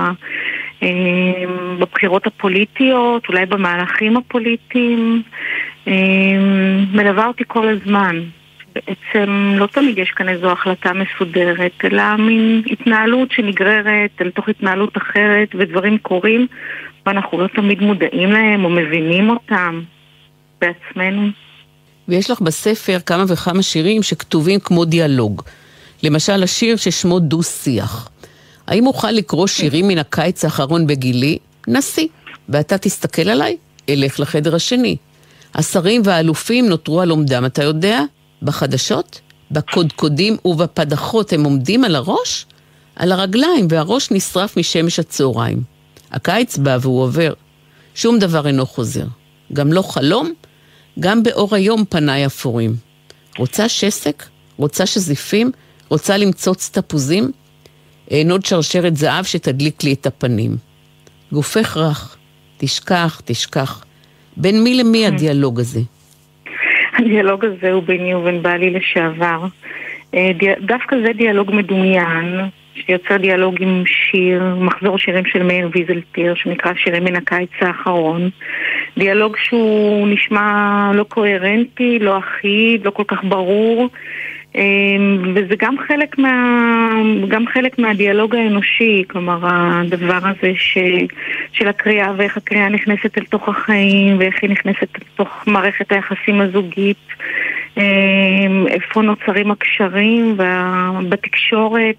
בבחירות הפוליטיות, אולי במהלכים הפוליטיים, מלווה אותי כל הזמן. בעצם לא תמיד יש כאן איזו החלטה מסודרת, אלא מין התנהלות שנגררת אל תוך התנהלות אחרת, ודברים קורים, ואנחנו לא תמיד מודעים להם או מבינים אותם בעצמנו. ויש לך בספר כמה וכמה שירים שכתובים כמו דיאלוג. למשל השיר ששמו דו שיח. האם אוכל לקרוא שירים מן הקיץ האחרון בגילי? נסי. ואתה תסתכל עליי? אלך לחדר השני. השרים והאלופים נותרו על עומדם, אתה יודע? בחדשות, בקודקודים ובפדחות הם עומדים על הראש? על הרגליים, והראש נשרף משמש הצהריים. הקיץ בא והוא עובר. שום דבר אינו חוזר. גם לא חלום, גם באור היום פניי אפורים. רוצה שסק? רוצה שזיפים? רוצה למצוץ תפוזים? אין עוד שרשרת זהב שתדליק לי את הפנים. גופך רך, תשכח, תשכח. בין מי למי הדיאלוג הזה? הדיאלוג הזה הוא ביני ובין בעלי לשעבר. דווקא זה דיאלוג מדומיין, שיוצר דיאלוג עם שיר, מחזור שירים של מאיר ויזלטיר, שנקרא שירים מן הקיץ האחרון. דיאלוג שהוא נשמע לא קוהרנטי, לא אחיד, לא כל כך ברור, וזה גם חלק מהדיאלוג האנושי, כלומר הדבר הזה של הקריאה ואיך הקריאה נכנסת אל תוך החיים ואיך היא נכנסת אל תוך מערכת היחסים הזוגית, איפה נוצרים הקשרים בתקשורת,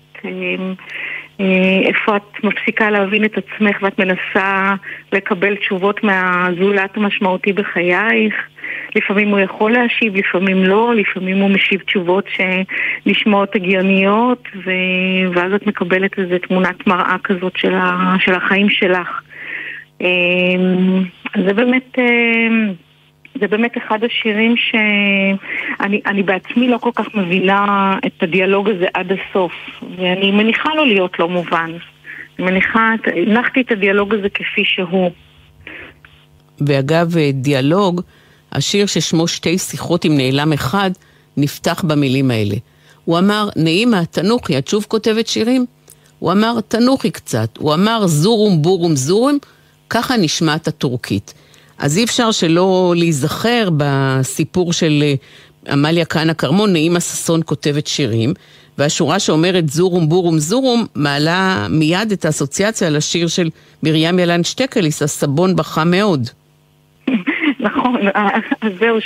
איפה את מפסיקה להבין את עצמך ואת מנסה לקבל תשובות מהזולת המשמעותי בחייך. לפעמים הוא יכול להשיב, לפעמים לא, לפעמים הוא משיב תשובות שנשמעות הגיוניות, ואז את מקבלת איזו תמונת מראה כזאת של החיים שלך. זה באמת אחד השירים שאני בעצמי לא כל כך מבינה את הדיאלוג הזה עד הסוף, ואני מניחה לו להיות לא מובן. הנחתי את הדיאלוג הזה כפי שהוא. ואגב, דיאלוג, השיר ששמו שתי שיחות עם נעלם אחד, נפתח במילים האלה. הוא אמר, נעימה, תנוחי, את שוב כותבת שירים? הוא אמר, תנוחי קצת. הוא אמר, זורום בורום זורום, ככה נשמעת הטורקית. אז אי אפשר שלא להיזכר בסיפור של עמליה כהנא כרמון, נעימה ששון כותבת שירים, והשורה שאומרת זורום בורום זורום, מעלה מיד את האסוציאציה לשיר של מרים ילן שטקליס, הסבון בכה מאוד. נכון, אז זהו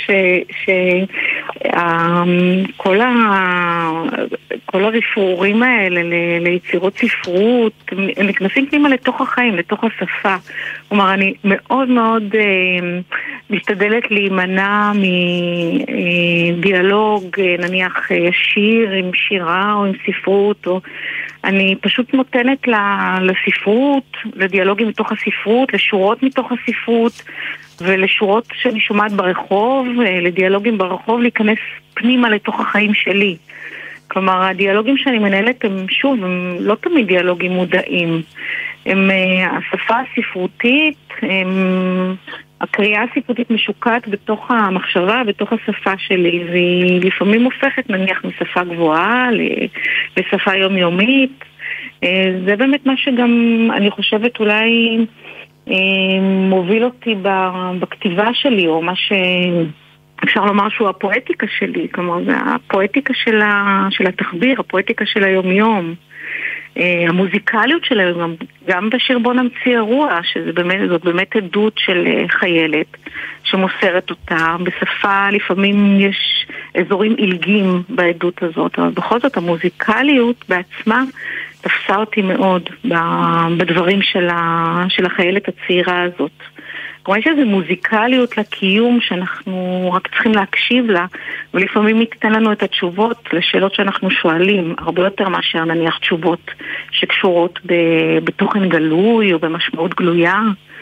כל הרפרורים האלה ליצירות ספרות, הם נכנסים פנימה לתוך החיים, לתוך השפה. כלומר, אני מאוד מאוד משתדלת להימנע מדיאלוג, נניח ישיר עם שירה או עם ספרות, או אני פשוט נותנת לספרות, לדיאלוגים מתוך הספרות, לשורות מתוך הספרות, ולשורות שאני שומעת ברחוב, לדיאלוגים ברחוב, להיכנס פנימה לתוך החיים שלי. כלומר, הדיאלוגים שאני מנהלת הם שוב, הם לא תמיד דיאלוגים מודעים. הם השפה הספרותית, הקריאה הספרותית משוקעת בתוך המחשבה, בתוך השפה שלי, והיא לפעמים הופכת נניח משפה גבוהה לשפה יומיומית. זה באמת מה שגם אני חושבת אולי מוביל אותי בכתיבה שלי, או מה שאפשר לומר שהוא הפואטיקה שלי, כלומר זה הפואטיקה של התחביר, הפואטיקה של היומיום. המוזיקליות שלהם, גם בשיר בוא נמציא אירוע, שזאת באמת עדות של חיילת שמוסרת אותה בשפה, לפעמים יש אזורים אילגים בעדות הזאת, אבל בכל זאת המוזיקליות בעצמה תפסה אותי מאוד בדברים של החיילת הצעירה הזאת. כלומר, יש איזו מוזיקליות לקיום שאנחנו רק צריכים להקשיב לה, ולפעמים ייתן לנו את התשובות לשאלות שאנחנו שואלים, הרבה יותר מאשר נניח תשובות שקשורות בתוכן גלוי או במשמעות גלויה.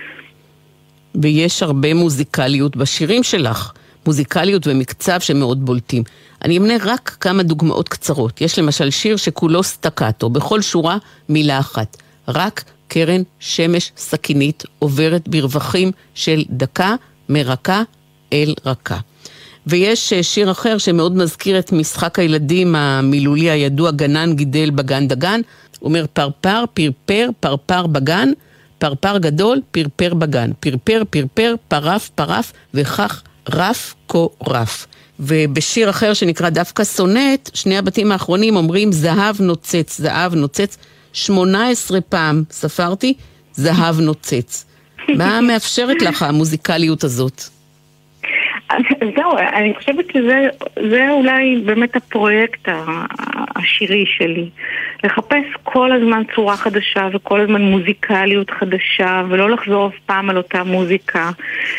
ויש הרבה מוזיקליות בשירים שלך, מוזיקליות ומקצב שמאוד בולטים. אני אמנה רק כמה דוגמאות קצרות. יש למשל שיר שכולו סטקטו, בכל שורה מילה אחת. רק קרן שמש סכינית עוברת ברווחים של דקה מרקה אל רקה. ויש שיר אחר שמאוד מזכיר את משחק הילדים המילולי הידוע, גנן גידל בגן דגן. הוא אומר פרפר, פרפר, פרפר בגן, פרפר גדול, פרפר בגן, פרפר, פרפר, פרף, פרף, וכך רף כה רף. ובשיר אחר שנקרא דווקא סונט, שני הבתים האחרונים אומרים זהב נוצץ, זהב נוצץ, 18 פעם ספרתי, זהב נוצץ. מה מאפשרת לך המוזיקליות הזאת? זהו, אני חושבת שזה אולי באמת הפרויקט השירי שלי. לחפש כל הזמן צורה חדשה וכל הזמן מוזיקליות חדשה, ולא לחזור אף פעם על אותה מוזיקה,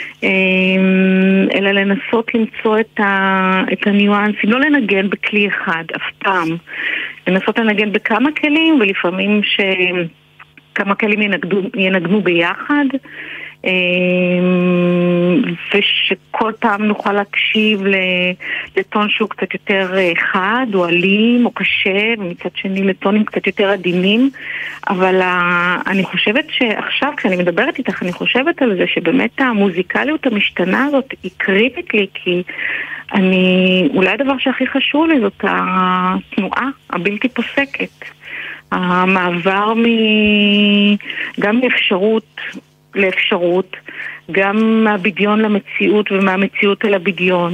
אלא לנסות למצוא את הניואנסים, לא לנגן בכלי אחד, אף פעם. לנסות לנגן בכמה כלים, ולפעמים כמה כלים ינגנו ביחד, ושכל פעם נוכל להקשיב לטון שהוא קצת יותר חד או אלים או קשה, ומצד שני לטונים קצת יותר עדינים. אבל אני חושבת שעכשיו כשאני מדברת איתך אני חושבת על זה שבאמת המוזיקליות המשתנה הזאת היא קריטית לי, כי אולי הדבר שהכי חשוב לי זאת התנועה הבלתי פוסקת, המעבר גם לאפשרות, גם מהבדיון למציאות ומהמציאות אל הבדיון,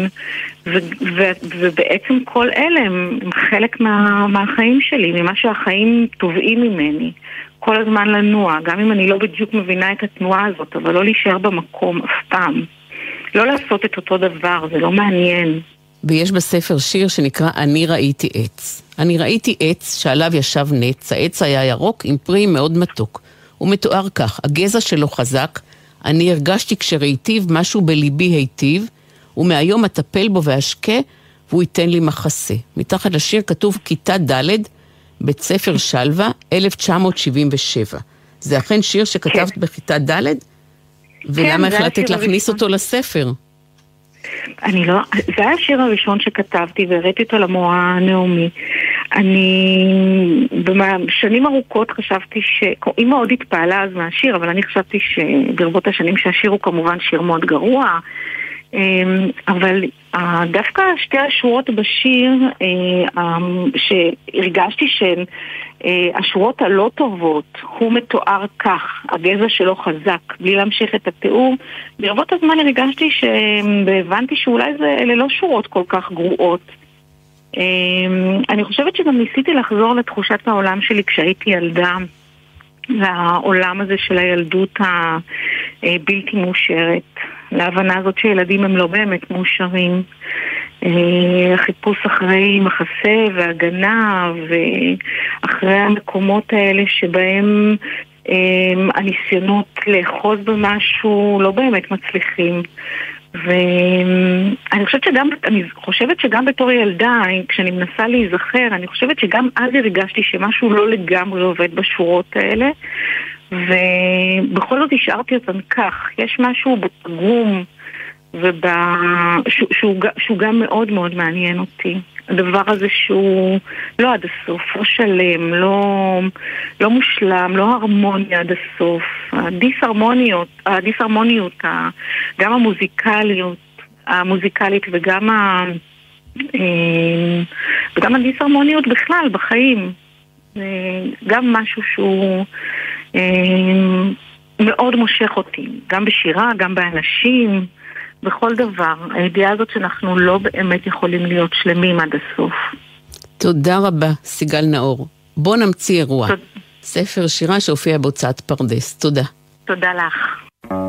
ובעצם כל אלה הם חלק מהחיים שלי, ממה שהחיים תובעים ממני. כל הזמן לנוע, גם אם אני לא בדיוק מבינה את התנועה הזאת, אבל לא להישאר במקום אף פעם. לא לעשות את אותו דבר, זה לא מעניין. ויש בספר שיר שנקרא אני ראיתי עץ. אני ראיתי עץ שעליו ישב נץ, העץ היה ירוק עם פרי מאוד מתוק. הוא מתואר כך, הגזע שלו חזק, אני הרגשתי כשראיתיו משהו בליבי היטיב, ומהיום אטפל בו ואשקה, והוא ייתן לי מחסה. מתחת לשיר כתוב כיתה ד' בית ספר שלווה, 1977. זה אכן שיר שכתבת בכיתה ד'? ולמה החלטת להכניס אותו לספר? זה היה השיר הראשון שכתבתי והראיתי אותו למורה נעמי. בשנים ארוכות חשבתי היא מאוד התפעלה אז מהשיר, אבל אני חשבתי שברבות השנים שהשיר הוא כמובן שיר מאוד גרוע, אבל דווקא שתי השורות בשיר שהרגשתי שהן השורות הלא טובות, הוא מתואר כך, הגזע שלו חזק, בלי להמשיך את התיאור, ברבות הזמן הרגשתי והבנתי שאולי אלה לא שורות כל כך גרועות. אני חושבת שגם ניסיתי לחזור לתחושת העולם שלי כשהייתי ילדה, והעולם הזה של הילדות הבלתי מאושרת, להבנה הזאת שילדים הם לא באמת מאושרים, החיפוש אחרי מחסה והגנה ואחרי המקומות האלה שבהם הניסיונות לאחוז במשהו לא באמת מצליחים. ואני חושבת שגם בתור ילדה, כשאני מנסה להיזכר, אני חושבת שגם אז הרגשתי שמשהו לא לגמרי עובד בשורות האלה, ובכל זאת השארתי אותן כך. יש משהו בפגום שהוא גם מאוד מאוד מעניין אותי. הדבר הזה שהוא לא עד הסוף, לא שלם, לא מושלם, לא הרמוניה עד הסוף. הדיסהרמוניות, גם המוזיקלית וגם הדיסהרמוניות בכלל בחיים. גם משהו שהוא מאוד מושך אותי, גם בשירה, גם באנשים, בכל דבר. הידיעה הזאת שאנחנו לא באמת יכולים להיות שלמים עד הסוף. תודה רבה, סיגל נאור. בוא נמציא אירוע. ספר שירה שהופיע בהוצאת פרדס. תודה. תודה לך.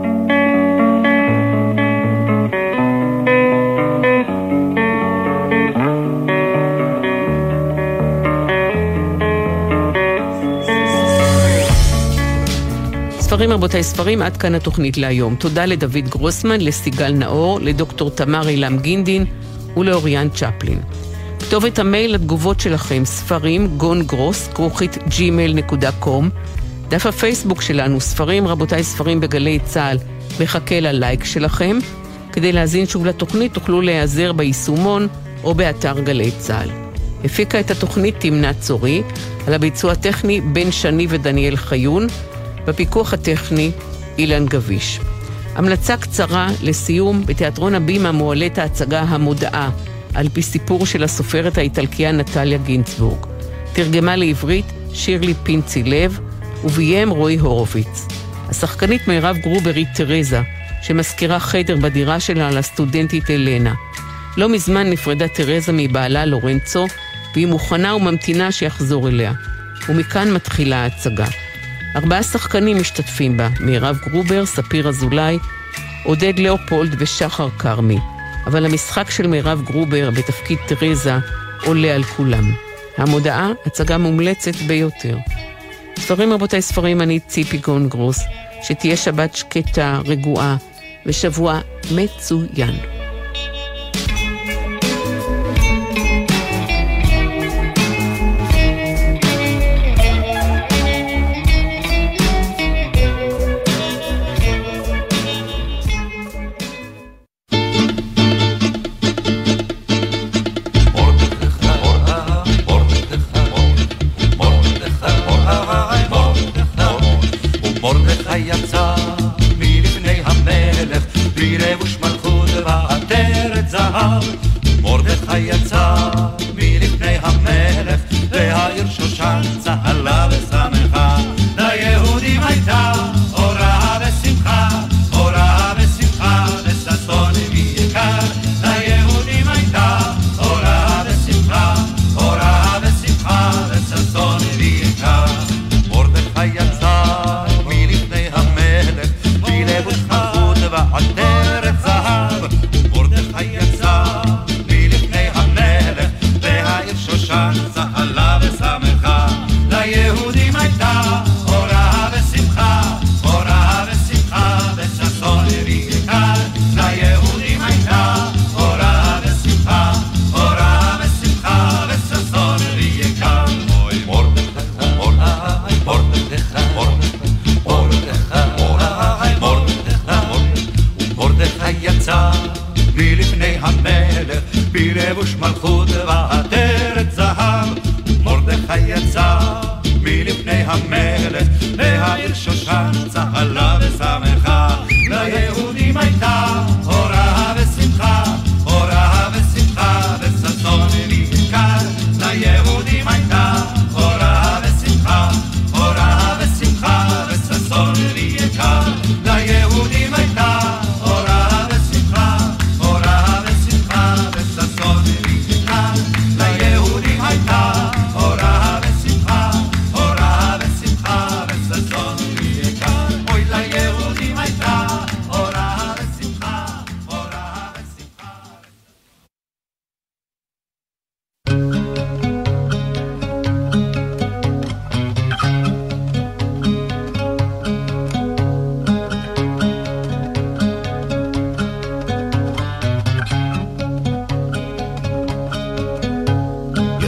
ספרים רבותיי ספרים, עד כאן התוכנית להיום. תודה לדוד גרוסמן, לסיגל נאור, לדוקטור תמר אילם גינדין ולאוריאן צ'פלין. כתובת המייל לתגובות שלכם, ספרים gongros@gmail.com. דף הפייסבוק שלנו, ספרים רבותיי ספרים בגלי צהל, מחכה ללייק שלכם. כדי להזין שוב לתוכנית תוכלו להיעזר ביישומון או באתר גלי צהל. הפיקה את התוכנית תמנה צורי, על הביצוע הטכני בן שני ודניאל חיון, בפיקוח הטכני אילן גביש. המלצה קצרה לסיום, בתיאטרון הבימה מועלת ההצגה המודעה, על פי סיפור של הסופרת האיטלקיה נטליה גינצבורג. תרגמה לעברית שירלי פינצי לב, וביים רוי הורוביץ. השחקנית מירב גרוברית תרזה, שמזכירה חדר בדירה שלה לסטודנטית אלנה. לא מזמן נפרדה תרזה מבעלה לורנצו, והיא מוכנה וממתינה שיחזור אליה. ומכאן מתחילה ההצגה. 4 שחקנים משתתפים בה, מירב גרובר, ספיר אזולאי, עודד לאופולד ושחר קרמי. אבל המשחק של מירב גרובר בתפקיד תרזה עולה על כולם. המודעה, הצגה מומלצת ביותר. ספרים רבותיי ספרים, אני ציפי גונגרוס, שתהיה שבת שקטה, רגועה, ושבוע מצוין.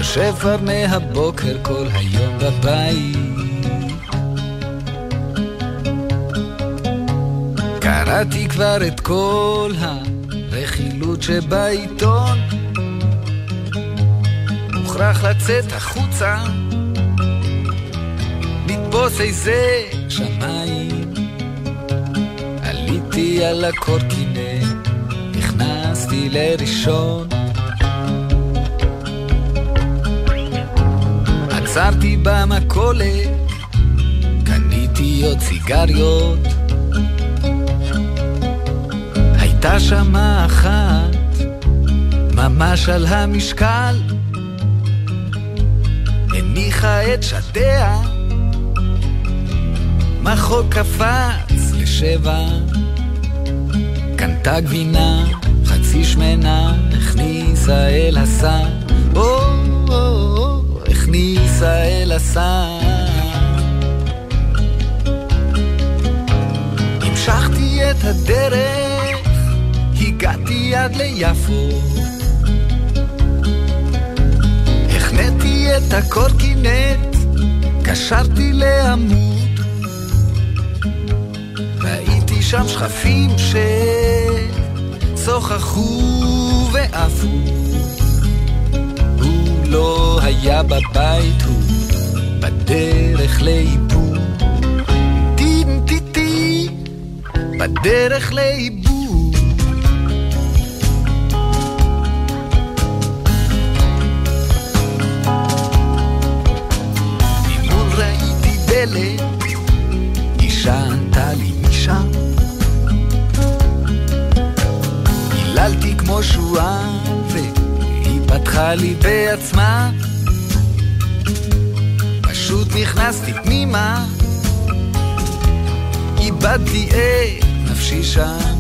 יושב כבר מהבוקר כל היום בבית. קראתי כבר את כל הרכילות שבעיתון, מוכרח לצאת החוצה, לתפוס איזה שמיים. עליתי על הקורקינט, נכנסתי לראשון, עצרתי במכולת, קניתי עוד סיגריות. הייתה שמה אחת ממש על המשקל, הניחה את שדיה, מחול קפץ ל7, קנתה גבינה חצי שמנה, הכניסה אל הסל, הכניסה אל הסל. המשכתי את הדרך, הגעתי עד ליפו, הכנתי את הקורקינט, קשרתי לעמוד, ראיתי שם שכפים ששוחחו ועפו. הוא לא היה בבית, הוא בדרך לאיבוד, טין טיטי בדרך לאיבוד. אישה ענתה לי משם, היללתי כמו שועל והיא פתחה לי בעצמה, פשוט נכנסתי פנימה, איבדתי את נפשי שם.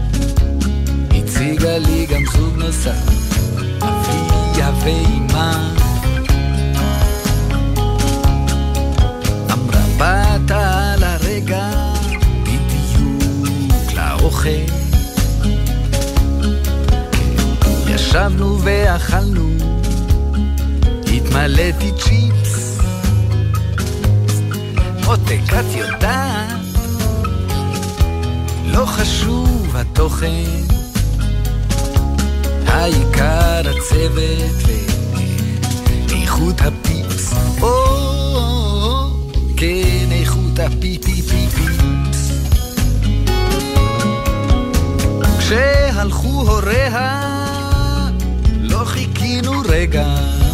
הציגה לי גם זוג נוסף, אביה ואימה, באת על הרגע בדיוק לאוכל, ישבנו ואכלנו, התמלאתי צ'יפס, מותק את יודעת, לא חשוב התוכן, העיקר הצוות ואיכות הפיפס. כן, איכות הפיפס. כשהלכו הוריה לא חיכינו רגע,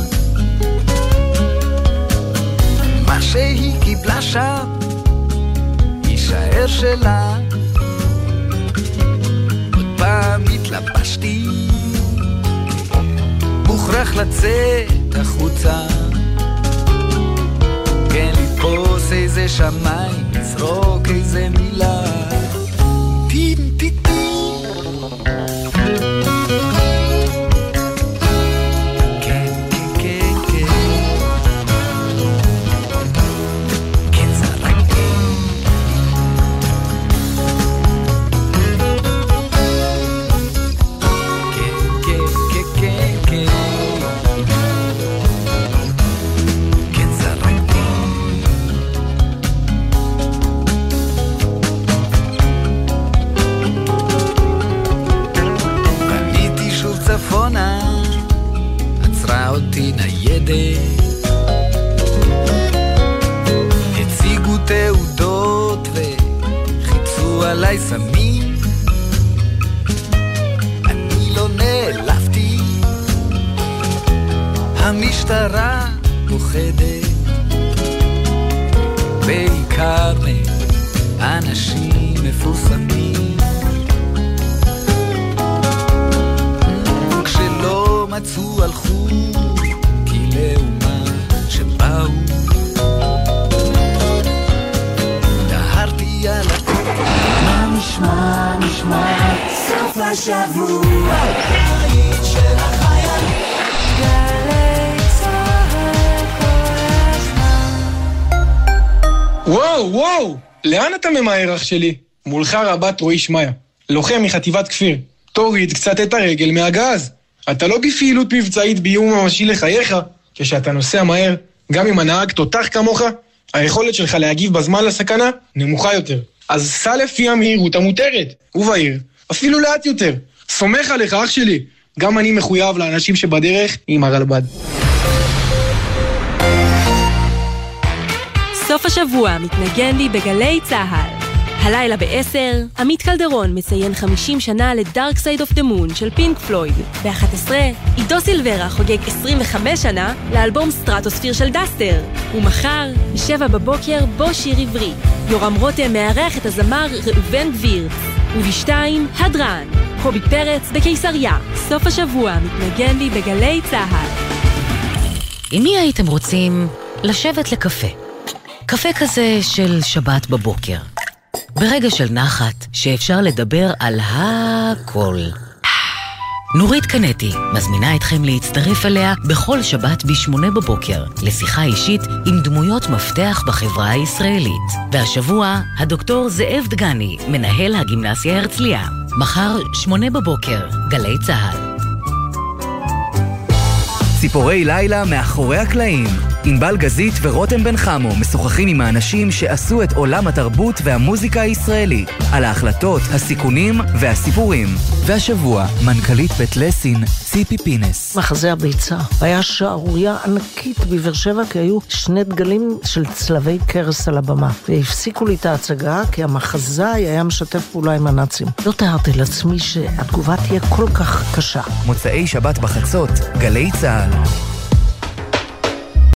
מה שהיא קיבלה שם יישאר שלה. עוד פעם התלבשתי, מוכרח לצאת החוצה, כן לתפוס איזה שמיים, לזרוק איזה מילה, טין טיטי. כן, כן, כן, כן, כן זרקתי. כן, כן, כן, כן, כן זרקתי. צפונה עצרה אותי ניידת, הציגו תעודות וחיפשו עליי סמים, אני לא נעלבתי, המשטרה פוחדת בעיקר מאנשים מפורסמים, מצאו הלכו כי לאומה שבאו, דהרתי על מה נשמע נשמע סוף השבוע היית של החייל גלי צהל כל הזמן. וואו וואו, לאן אתה ממהר אח שלי? מולך רבת רועי שמיה, לוחם מחטיבת כפיר. תוריד קצת את הרגל מהגז, אתה לא בפעילות מבצעית באיום ממשי לחייך. כשאתה נוסע מהר, גם אם הנהג תותח כמוך, היכולת שלך להגיב בזמן לסכנה נמוכה יותר. אז סע לפי המהירות המותרת, ובהיר, אפילו לאט יותר. סומך עליך, אח שלי. גם אני מחויב לאנשים שבדרך עם הרלב"ד. סוף השבוע מתנגן לי בגלי צהל. הלילה ב-10, עמית קלדרון מציין 50 שנה לדארק סייד אוף דה מון של פינק פלויד. ב-11, עידו סילברה חוגג 25 שנה לאלבום סטרטוספיר של דסטר. ומחר, ב-7 בבוקר, בו שיר עברי. יורם רותם מארח את הזמר ראובן גבירץ. וב-2, הדרן, קובי פרץ בקיסריה. סוף השבוע מתנגן לי בגלי צהל. עם מי הייתם רוצים לשבת לקפה? קפה כזה של שבת בבוקר. ברגע של נחת שאפשר לדבר על הכל. נורית קנטי מזמינה אתכם להצטרף אליה בכל שבת ב8 בבוקר לשיחה אישית עם דמויות מפתח בחברה הישראלית. והשבוע הדוקטור זאב דגני, מנהל הגימנסיה הרצליה. מחר 8 בבוקר, גלי צהל. ציפורי לילה מאחורי הקלעים. ענבל גזית ורותם בן חמו משוחחים עם האנשים שעשו את עולם התרבות והמוזיקה הישראלי, על ההחלטות, הסיכונים והסיפורים. והשבוע, מנכ"לית בית לסין, ציפי פינס. מחזה הביצה היה שערוריה ענקית בבאר שבע, כי היו 2 דגלים של צלבי קרס על הבמה, והפסיקו לי את ההצגה כי המחזאי היה משתף פעולה עם הנאצים. לא תיארתי לעצמי שהתגובה תהיה כל כך קשה. מוצאי שבת בחצות, גלי צהל.